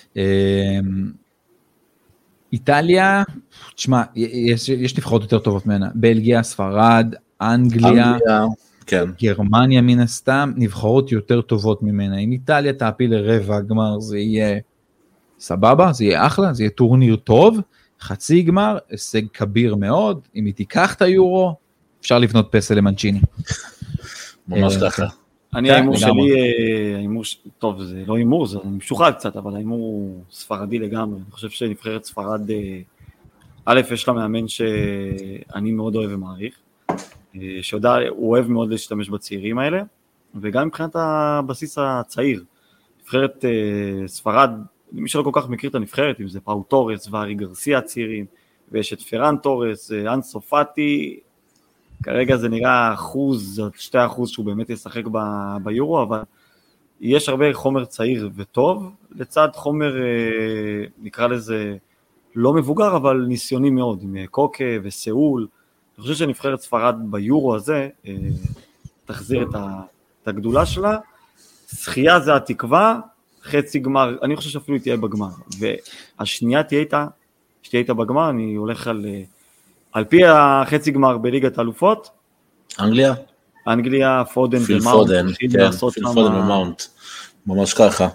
איטליה, תשמע, יש, יש נבחרות יותר טובות ממנה, בלגיה, ספרד, אנגליה, אנגליה כן. גרמניה מן הסתם, נבחרות יותר טובות ממנה. אם איטליה תעפיל לרבע גמר, זה יהיה סבבה, זה יהיה אחלה, זה יהיה טורניר טוב, חצי גמר, הישג כביר מאוד, אם היא תיקח את היורו, אפשר לבנות פסל למנצ'יני. ממש ככה. אני האימור שלי, האימור, טוב, זה לא אימור, זה משוחד קצת, אבל האימור הוא ספרדי לגמרי. אני חושב שנבחרת ספרד, א', יש לה מאמן שאני מאוד אוהב ומעריך, שיודע, הוא אוהב מאוד להשתמש בצעירים האלה, וגם מבחינת הבסיס הצעיר. נבחרת ספרד, מי שלא כל כך מכיר את הנבחרת, אם זה פאו טורס וארי גרסיה הצעירים, ויש את פרן טורס, אנסו פאטי, כרגע זה נראה אחוז, שתי אחוז שהוא באמת ישחק ב- ביורו, אבל יש הרבה חומר צעיר וטוב, לצד חומר, נקרא לזה, לא מבוגר, אבל ניסיוני מאוד, עם קוקה וסאול. אני חושב שנבחרת ספרד ביורו הזה, תחזיר את, ה- את הגדולה שלה, שחייה זה התקווה, חצי גמר, אני חושב שאפילו היא תהיה בגמר, והשנייה תהיה איתה, שתהיה איתה בגמר, אני הולך על... על פי החצי גמר בליגת האלופות, אנגליה? אנגליה, פודן פיל ומאונט. פודן, כן, פיל פודן ומאונט, ממש ככה.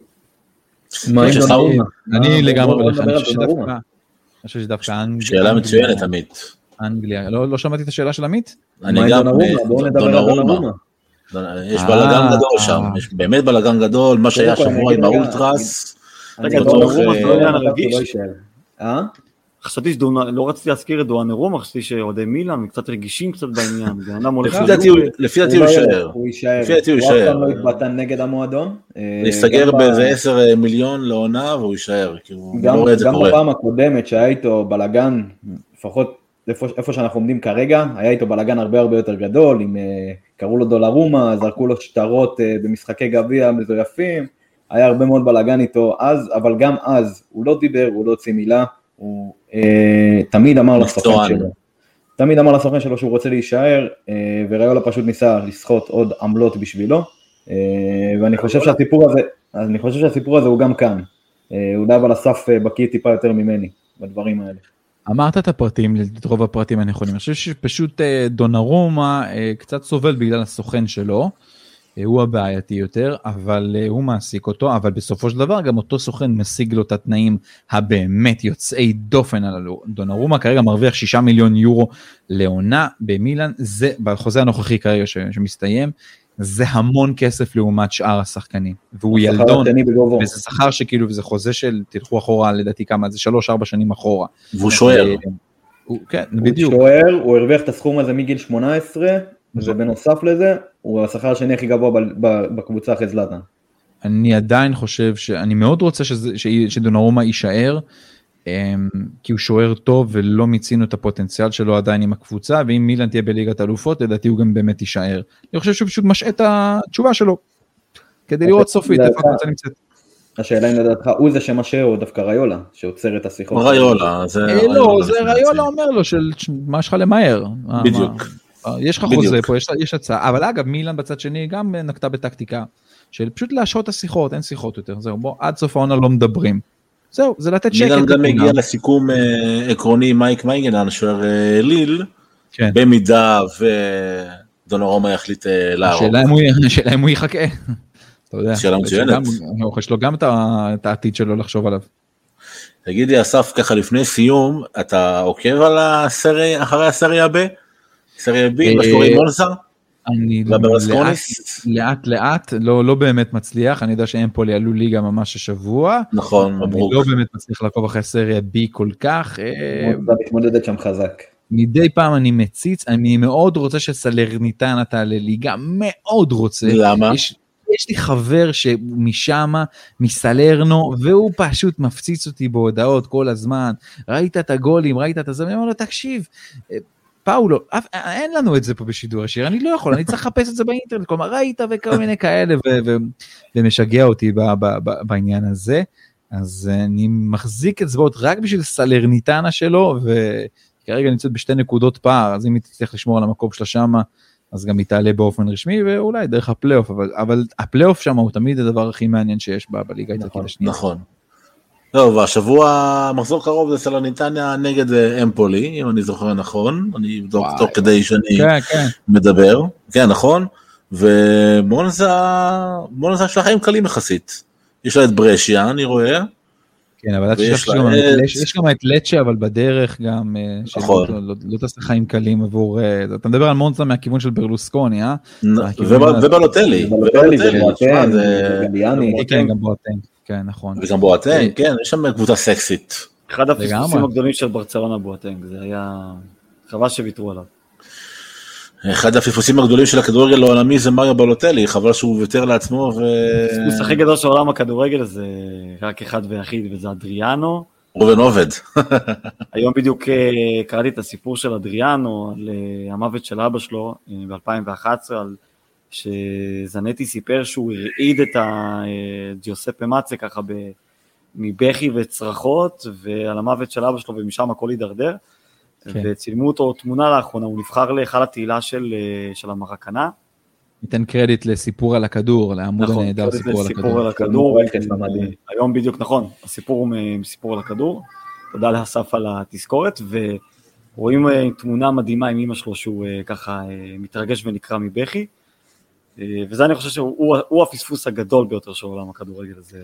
אני לגמרי הולך, אני חושב שדווקא אנגליה. שאלה מצוינת, עמית. אנגליה, לא שמעתי את השאלה של עמית? אני גם, דונרומה. יש בלגן גדול שם, יש באמת בלגן גדול, מה שהיה שבוע עם האולטרס. דונרומה זה לא עניין הרגיש. אה? חשבתי שלא רציתי להזכיר את דואנרומה, חשבתי שעודי מילאן, קצת רגישים קצת בעניין. לפי דעתי הוא יישאר. הוא יישאר. לפי דעתי הוא יישאר. הוא לא התבטא נגד המועדון. להסתגר באיזה עשר מיליון לעונה, והוא יישאר. גם בפעם הקודמת שהיה איתו בלגן, לפחות איפה שאנחנו עומדים כרגע, היה איתו בלגן הרבה הרבה יותר גדול, קראו לו דולרומה, זרקו לו שטרות במשחקי גביע מזויפים, היה הרבה מאוד בלגן איתו אז, אבל גם אז הוא לא דיבר, הוא לא הוציא מילה, הוא אה, תמיד אמר לסוכן שלו, תמיד אמר לסוכן שלו שהוא רוצה להישאר, אה, וראיולה פשוט ניסה לסחוט עוד עמלות בשבילו, אה, ואני חושב שהסיפור הזה, אני חושב שהסיפור הזה הוא גם כאן, אה, הוא די אבל אסף בקיא טיפה יותר ממני, בדברים האלה. אמרת את הפרטים, את רוב הפרטים הנכונים. אני חושב שפשוט דונרומה קצת סובל בגלל הסוכן שלו, הוא הבעייתי יותר, אבל הוא מעסיק אותו, אבל בסופו של דבר גם אותו סוכן משיג לו את התנאים הבאמת יוצאי דופן הללו. דונרומה כרגע מרוויח שישה מיליון יורו לעונה במילאן, זה בחוזה הנוכחי כרגע שמסתיים, זה המון כסף לעומת שאר השחקנים, והוא ילדון, וזה שכר שכאילו, וזה חוזה של, תלכו אחורה, לדעתי כמה, זה שלוש, ארבע שנים אחורה. והוא שוער. כן, בדיוק. הוא שוער, הוא הרוויח את הסכום הזה מגיל שמונה עשרה, ובנוסף לזה, הוא השכר השני הכי גבוה בקבוצה אחרי זלאטן. אני עדיין חושב, שאני מאוד רוצה שדונרומה יישאר, כי הוא שוער טוב ולא מיצינו את הפוטנציאל שלו עדיין עם הקבוצה, ואם מילאן תהיה בליגת אלופות, לדעתי הוא גם באמת יישאר. אני חושב שהוא פשוט משעה את התשובה שלו, כדי לראות סופית איפה הקבוצה נמצאת. השאלה אם לדעתך הוא זה שמשעה או דווקא ריולה, שעוצר את השיחות. ריולה, זה... לא, זה ריולה אומר לו, מה יש לך למהר? בדיוק. יש לך חוזה פה, יש הצעה, אבל אגב מילאן בצד שני גם נקטה בטקטיקה, של פשוט להשעות את השיחות, אין שיחות יותר, זהו, בוא, עד סוף העונה לא מדברים. זהו, זה לתת שקט. מילאן גם הגיע לסיכום עקרוני עם מייק מייגנן, שוער ליל, במידה ודונרומה יחליט לערוב. השאלה אם הוא יחכה. שאלה מצוינת. יש לו גם את העתיד שלו לחשוב עליו. תגידי, אסף, ככה לפני סיום, אתה עוקב על הסריה, אחרי הסריה ב? סריה בי, מה שקורה עם מולזה? אני לאט לאט, לא, לא באמת מצליח, אני יודע שאמפולי עלו ליגה ממש השבוע. נכון, מברוק. אני לא באמת מצליח לעקוב אחרי סריה בי כל כך. מולזה מתמודדת שם חזק. מדי פעם אני מציץ, אני מאוד רוצה שסלרניטנה תעלה ליגה, מאוד רוצה. למה? יש, יש לי חבר שמשם, מסלרנו, והוא פשוט מפציץ אותי בהודעות כל הזמן, ראית את הגולים, ראית את הזה, ואני אומר לו, תקשיב, פאולו, אין לנו את זה פה בשידור השיר, אני לא יכול, אני צריך לחפש את זה באינטרנט, כלומר, ראית וכל מיני כאלה, ומשגע אותי בעניין הזה, אז אני מחזיק אצבעות רק בשביל סלרניטנה שלו, וכרגע נמצאת בשתי נקודות פער, אז אם היא תצליח לשמור על המקום שלה שמה, אז גם היא תעלה באופן רשמי, ואולי דרך הפלייאוף, אבל, אבל הפלייאוף שם הוא תמיד הדבר הכי מעניין שיש בה בליגה האיטלקית השנייה. נכון. טוב, השבוע מחזור קרוב זה סלרניטניה נגד אמפולי, אם אני זוכר נכון, אני אבדוק תוך כדי שאני כן, כן. מדבר, כן, נכון, ומונזה, מונזה יש לה חיים קלים יחסית, יש לה את ברשיה, אני רואה, כן, אבל יש גם את לצ'ה, אבל בדרך גם, לא תעשה חיים קלים עבור, אתה מדבר על מונזה מהכיוון של ברלוסקוני, אה? ובלוטלי, ובלוטלי, גם בואטנג. כן, נכון. וגם בואטנג, כן, יש שם קבוצה סקסית. אחד הפספוסים הגדולים של ברצלונה בואטנג, זה היה חבל שוויתרו עליו. אחד הפספוסים הגדולים של הכדורגל העולמי זה מריו בלוטלי, חבל שהוא ויתר לעצמו. הפספוס הכי גדול של עולם הכדורגל זה רק אחד ויחיד, וזה אדריאנו. ראובן עובד. היום בדיוק קראתי את הסיפור של אדריאנו, על המוות של אבא שלו ב-אלפיים ואחת עשרה, על שזנטי סיפר שהוא הרעיד את ג'יוספה מצה ככה מבכי וצרחות, ועל המוות של אבא שלו ומשם הכל הידרדר, כן. וצילמו אותו תמונה לאחרונה, הוא נבחר להיכל התהילה של, של המרקנה. ניתן קרדיט לסיפור על הכדור, לעמוד נכון, הנהדר סיפור על הכדור. על הכדור היום בדיוק נכון, הסיפור הוא מסיפור על הכדור, תודה לאסף על התזכורת, ורואים תמונה מדהימה עם אמא שלו שהוא ככה מתרגש ונקרא מבכי, וזה אני חושב שהוא הפספוס הגדול ביותר של עולם הכדורגל הזה.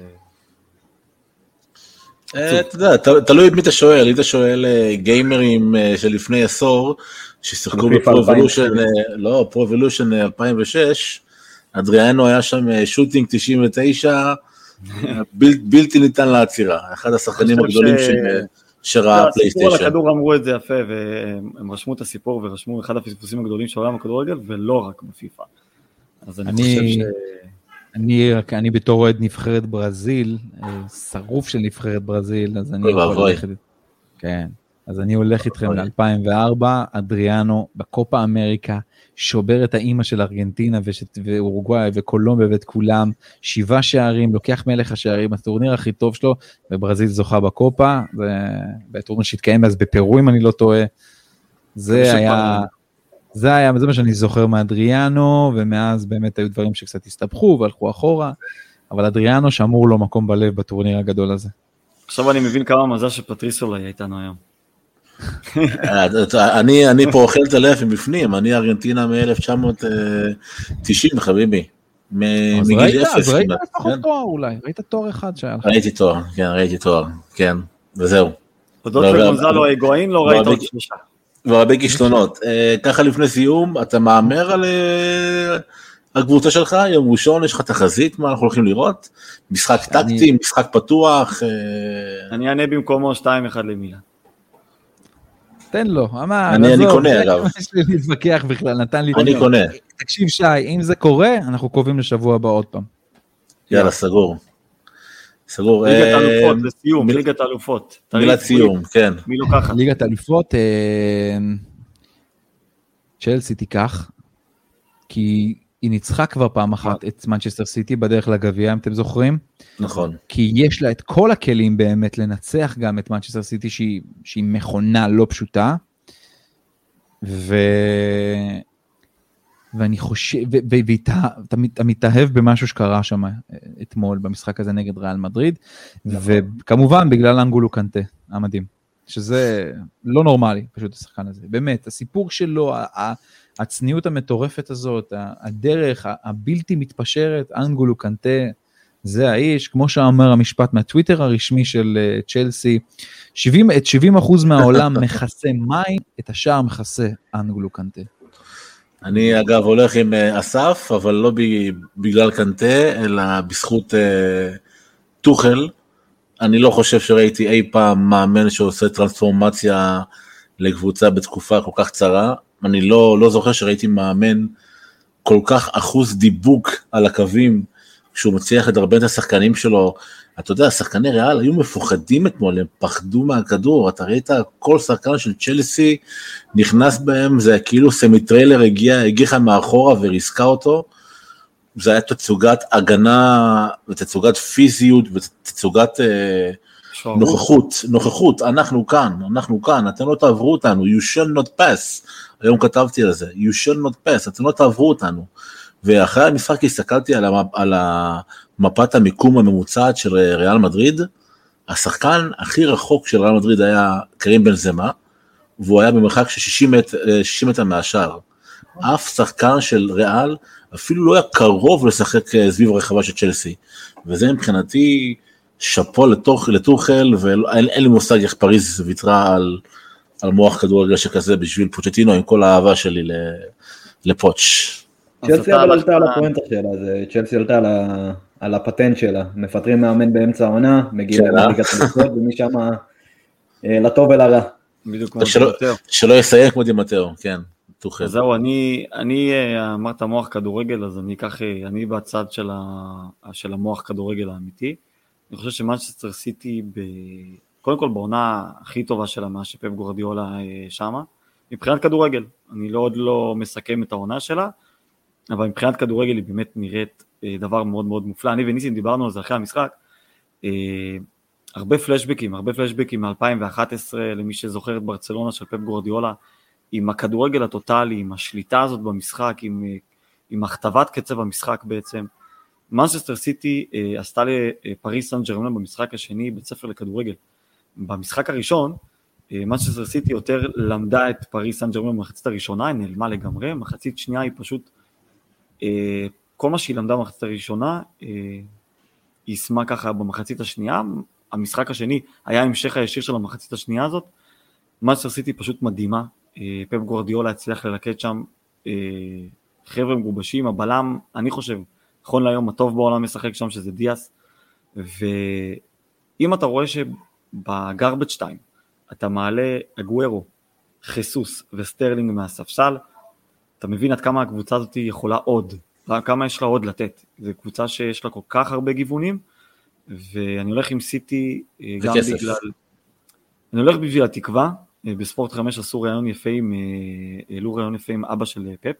אתה יודע, תלוי את מי אתה שואל, אם אתה שואל גיימרים של לפני עשור, ששיחקו בפרו-אבולושן, לא, פרו-אבולושן אלפיים ושש, אדריאנו היה שם שוטינג תשעים ותשע, בלתי ניתן לעצירה, אחד השחקנים הגדולים שראה פלייסטיישן. הסיפור על הכדור אמרו את זה יפה, והם רשמו את הסיפור ורשמו אחד הפספוסים הגדולים של עולם הכדורגל, ולא רק בפיפה. אז אני חושב ש... אני, אני בתור אוהד נבחרת ברזיל, שרוף של נבחרת ברזיל, אז אני הולך, כן, אז אני הולך איתכם ל-אלפיים וארבע, אדריאנו בקופה אמריקה, שובר את האימא של ארגנטינה ואורוגוואי וקולומביה ואת כולם, שבעה שערים, לוקח מלך השערים, הטורניר הכי טוב שלו, וברזיל זוכה בקופה, בטורניר שהתקיים אז בפרו אם אני לא טועה, זה היה... זה היה, זה מה שאני זוכר מאדריאנו, ומאז באמת היו דברים שקצת הסתבכו והלכו אחורה, אבל אדריאנו שאמור לו מקום בלב בטורניר הגדול הזה. עכשיו אני מבין כמה מזל שפטריסו היה איתנו היום. אני אני פה אוכל את הלב מבפנים, אני ארגנטינה מ-אלף תשע מאות תשעים, חביבי. מגיל אפס. אז ראית לפחות תואר אולי, ראית תואר אחד שהיה לך. ראיתי תואר, כן, ראיתי תואר, כן, וזהו. תודות לגונזלו היגואין, לא ראית עוד שלושה. והרבה כישלונות. ככה לפני סיום, אתה מאמר על הקבוצה שלך, יום ראשון, יש לך תחזית, מה אנחנו הולכים לראות? משחק טקטי, משחק פתוח? אני אענה במקומו שתיים אחד למילאן. תן לו, אמר, אני קונה אגב. יש לי להתווכח בכלל, נתן לי... אני קונה. תקשיב שי, אם זה קורה, אנחנו קובעים לשבוע הבא עוד פעם. יאללה, סגור. סגור. ליגת אלופות, לסיום, ליגת אלופות. מילת סיום, כן. מי לא ככה? ליגת אלופות, צ'לסי תיקח, כי היא ניצחה כבר פעם אחת את מנצ'סטר סיטי בדרך לגביע, אם אתם זוכרים. נכון. כי יש לה את כל הכלים באמת לנצח גם את מנצ'סטר סיטי, שהיא, שהיא מכונה לא פשוטה, ו... ואני חושב, ואתה מתאהב במשהו שקרה שם אתמול במשחק הזה נגד ריאל מדריד, וכמובן בגלל אנגולו קנטה, המדהים, שזה לא נורמלי, פשוט השחקן הזה. באמת, הסיפור שלו, הצניעות המטורפת הזאת, הדרך הבלתי מתפשרת, אנגולו קנטה, זה האיש, כמו שאמר המשפט מהטוויטר הרשמי של צ'לסי, שבעים, את שבעים אחוז מהעולם מכסה מים, את השאר מכסה אנגולו קנטה. אני אגב הולך עם אסף, אבל לא בגלל קנטה, אלא בזכות טוחל. אני לא חושב שראיתי אי פעם מאמן שעושה טרנספורמציה לקבוצה בתקופה כל כך קצרה. אני לא, לא זוכר שראיתי מאמן כל כך אחוז דיבוק על הקווים, כשהוא מצליח לדרבן את השחקנים שלו. אתה יודע, שחקני ריאל היו מפוחדים אתמול, הם פחדו מהכדור, אתה ראית כל שחקן של צ'לסי נכנס בהם, זה כאילו סמיטריילר הגיע, הגיחה מאחורה וריסקה אותו, זה היה תצוגת הגנה, ותצוגת פיזיות, ותצוגת אה, נוכחות, נוכחות, אנחנו כאן, אנחנו כאן, אתם לא תעברו אותנו, you shall not pass, היום כתבתי על זה, you shall not pass, אתם לא תעברו אותנו, ואחרי המשחק הסתכלתי על, המפ, על מפת המיקום הממוצעת של ריאל מדריד, השחקן הכי רחוק של ריאל מדריד היה קרים בנזמה, והוא היה במרחק של שישים מטר מהשאר. אף שחקן של ריאל אפילו לא היה קרוב לשחק סביב הרחבה של צ'לסי, וזה מבחינתי שפו לתוך, לטוחל, ואין לי מושג איך פריז ויתרה על, על מוח כדורגל שכזה בשביל פוצ'טינו, עם כל האהבה שלי לפוץ'. צ'לסי אבל עלתה על הפואנטה שלה, צ'לסי עלתה על הפטנט שלה, מפטרים מאמן באמצע העונה, מגיעים לליגת האלופות, ומשם לטוב ולרע. שלא יסיים כמו דימטאו, כן. זהו, אני, אני אמרת מוח כדורגל, אז אני אקח, אני בצד של, ה, של המוח כדורגל האמיתי. אני חושב שמנצ'סטר סיטי, ב, קודם כל בעונה הכי טובה שלה, מה שפפ גוארדיולה שמה, מבחינת כדורגל, אני לא עוד לא מסכם את העונה שלה, אבל מבחינת כדורגל היא באמת נראית דבר מאוד מאוד מופלא. אני וניסים דיברנו על זה אחרי המשחק, הרבה פלשבקים, הרבה פלשבקים מ-אלפיים ואחת עשרה, למי שזוכר את ברצלונה של פפ גוארדיולה, עם הכדורגל הטוטלי, עם השליטה הזאת במשחק, עם, עם הכתבת קצב המשחק בעצם. מנצ'סטר סיטי אה, עשתה לפריס סן ז'רמן במשחק השני בית ספר לכדורגל. במשחק הראשון, אה, מנצ'סטר סיטי יותר למדה את פריס סן ז'רמן במחצית הראשונה, היא נעלמה לגמרי, מחצית שנייה היא פשוט, אה, כל מה שהיא למדה במחצית הראשונה, אה, היא שמה ככה במחצית השנייה, המשחק השני היה המשך הישיר של המחצית השנייה הזאת, מנצ'סטר סיטי פשוט מדהימה, פפ גוארדיולה הצליח ללקט שם חבר'ה מגובשים, הבלם, אני חושב, נכון להיום הטוב בעולם משחק שם שזה דיאס, ואם אתה רואה שבגרבג' שתיים אתה מעלה אגוארו, חיסוס וסטרלינג מהספסל, אתה מבין עד כמה הקבוצה הזאת יכולה עוד, כמה יש לה עוד לתת, זו קבוצה שיש לה כל כך הרבה גיוונים, ואני הולך עם סיטי גם בגלל, אני הולך בשביל התקווה, בספורט חמש עשו רעיון יפה עם, העלו רעיון יפה עם אבא של פפ,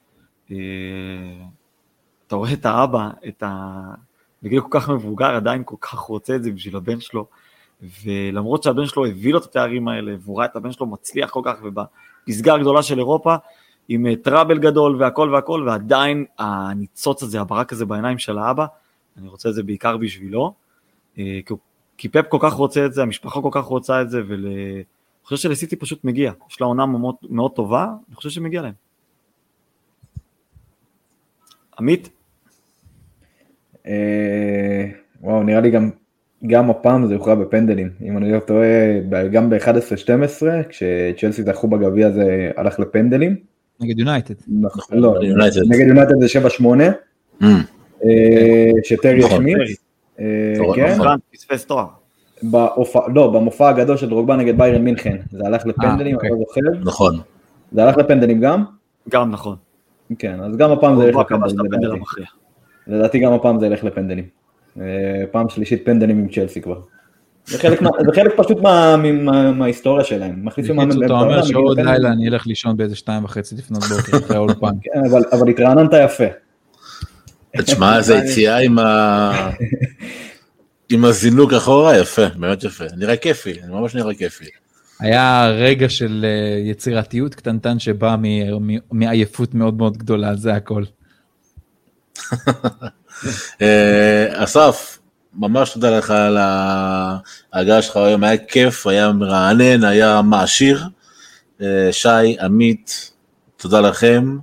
אתה רואה את האבא, את ה... בגיל כל כך מבוגר, עדיין כל כך רוצה את זה בשביל הבן שלו, ולמרות שהבן שלו הביא לו את התארים האלה, והוא ראה את הבן שלו מצליח כל כך, ובפסגה הגדולה של אירופה, עם טראבל גדול והכל והכל, ועדיין הניצוץ הזה, הברק הזה בעיניים של האבא, אני רוצה את זה בעיקר בשבילו, כי פפ כל כך רוצה את זה, המשפחה כל כך רוצה את זה, ול... חושב שלסיטי פשוט מגיע, יש לה עונה מאוד, מאוד טובה, אני חושב שמגיע להם. עמית? וואו, נראה לי גם, גם הפעם זה יוכרע בפנדלים, אם אני לא טועה, גם ב-אחת עשרה שתים עשרה, כשצ'לסי זכו בגביע זה הלך לפנדלים. נגד יונייטד. לא, נגד יונייטד זה שבע שמונה, שטרי החמיץ. כן, פספס תואר. לא, במופע הגדול של דרוגבה נגד ביירן מינכן, זה הלך לפנדלים, אני לא זוכר. נכון. זה הלך לפנדלים גם? גם נכון. כן, אז גם הפעם זה ילך לפנדלים. לדעתי גם הפעם זה ילך לפנדלים. פעם שלישית פנדלים עם צ'לסי כבר. זה חלק פשוט מההיסטוריה שלהם. אתה אומר שעוד לילה אני אלך לישון באיזה שתיים וחצי לפנות בוקר אחרי האולפן. אבל התרעננת יפה. תשמע, זה יציאה עם הזינוק אחורה, יפה, מאוד יפה. נראה כיפי, אני ממש נראה כיפי. היה רגע של יצירתיות קטנטן שבא מעייפות מאוד מאוד גדולה, זה הכל. אסף, ממש תודה לך על ההגעה שלך היום, היה כיף, היה מרענן, היה מעשיר. שי, עמית, תודה לכם.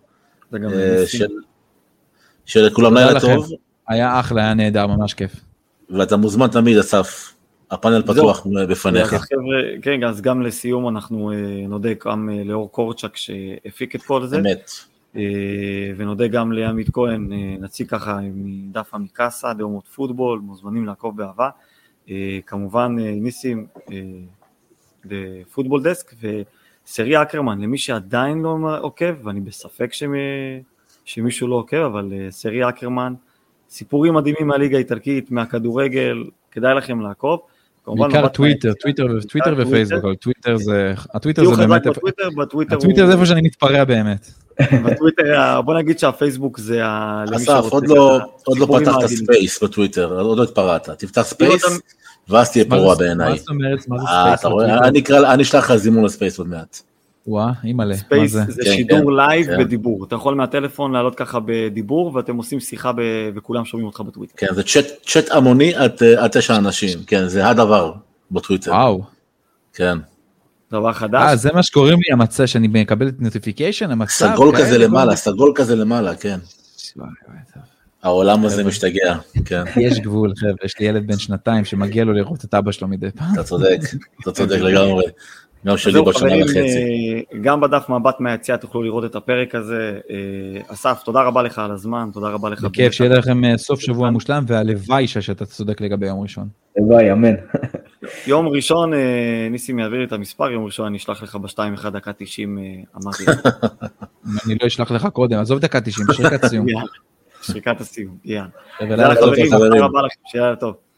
שלכולם לילה טוב. היה אחלה, היה נהדר, ממש כיף. ואתה מוזמן תמיד, אסף. הפאנל פתוח בפניך. כן, אז גם לסיום אנחנו נודה גם לאור קורצ'ק שהפיק את כל זה. אמת. ונודה גם לימית כהן, נציג ככה מדף המקאסה, דאומות פוטבול, מוזמנים לעקוב באהבה. כמובן ניסים לפוטבול דסק, וסרי אקרמן, למי שעדיין לא עוקב, ואני בספק שמישהו לא עוקב, אבל סרי אקרמן, סיפורים מדהימים מהליגה האיטלקית, מהכדורגל, כדאי לכם לעקוב. בעיקר טוויטר, טוויטר ופייסבוק, אבל טוויטר זה, הטוויטר זה באמת, הטוויטר זה איפה שאני מתפרע באמת. בטוויטר, בוא נגיד שהפייסבוק זה, אסף, עוד לא פתחת ספייס בטוויטר, עוד לא התפרעת, תפתח ספייס, ואז תהיה פרוע בעיניי. מה זאת אומרת, מה זה ספייס? אני אשלח לך זימון לספייס עוד מעט. וואה, אימא'לה, מה זה? זה שידור לייב בדיבור, אתה יכול מהטלפון לעלות ככה בדיבור, ואתם עושים שיחה וכולם שומעים אותך בטוויטר. כן, זה צ'אט המוני עד תשע אנשים, כן, זה הדבר בטוויטר. וואו. כן. דבר חדש. אה, זה מה שקוראים לי המצע, שאני מקבל את נוטיפיקיישן, המצע. סגול כזה למעלה, סגול כזה למעלה, כן. העולם הזה משתגע, כן. יש גבול, חבר'ה, יש לי ילד בן שנתיים שמגיע לו לראות את אבא שלו מדי פעם. אתה צודק, אתה צודק לגמרי. גם שלי בשנה וחצי. גם בדף מבט מהיציאה תוכלו לראות את הפרק הזה. אסף, תודה רבה לך על הזמן, תודה רבה לך. בכיף, שיהיה לכם סוף שבוע מושלם, והלוואי שאתה צודק לגבי יום ראשון. לוואי, אמן. יום ראשון, ניסים יעביר לי את המספר, יום ראשון אני אשלח לך ב-שתיים אחת דקה תשעים, אמרתי. אני לא אשלח לך קודם, עזוב דקה תשעים, שריקת סיום. שריקת הסיום, יאללה. תודה רבה לכם, שיהיה טוב.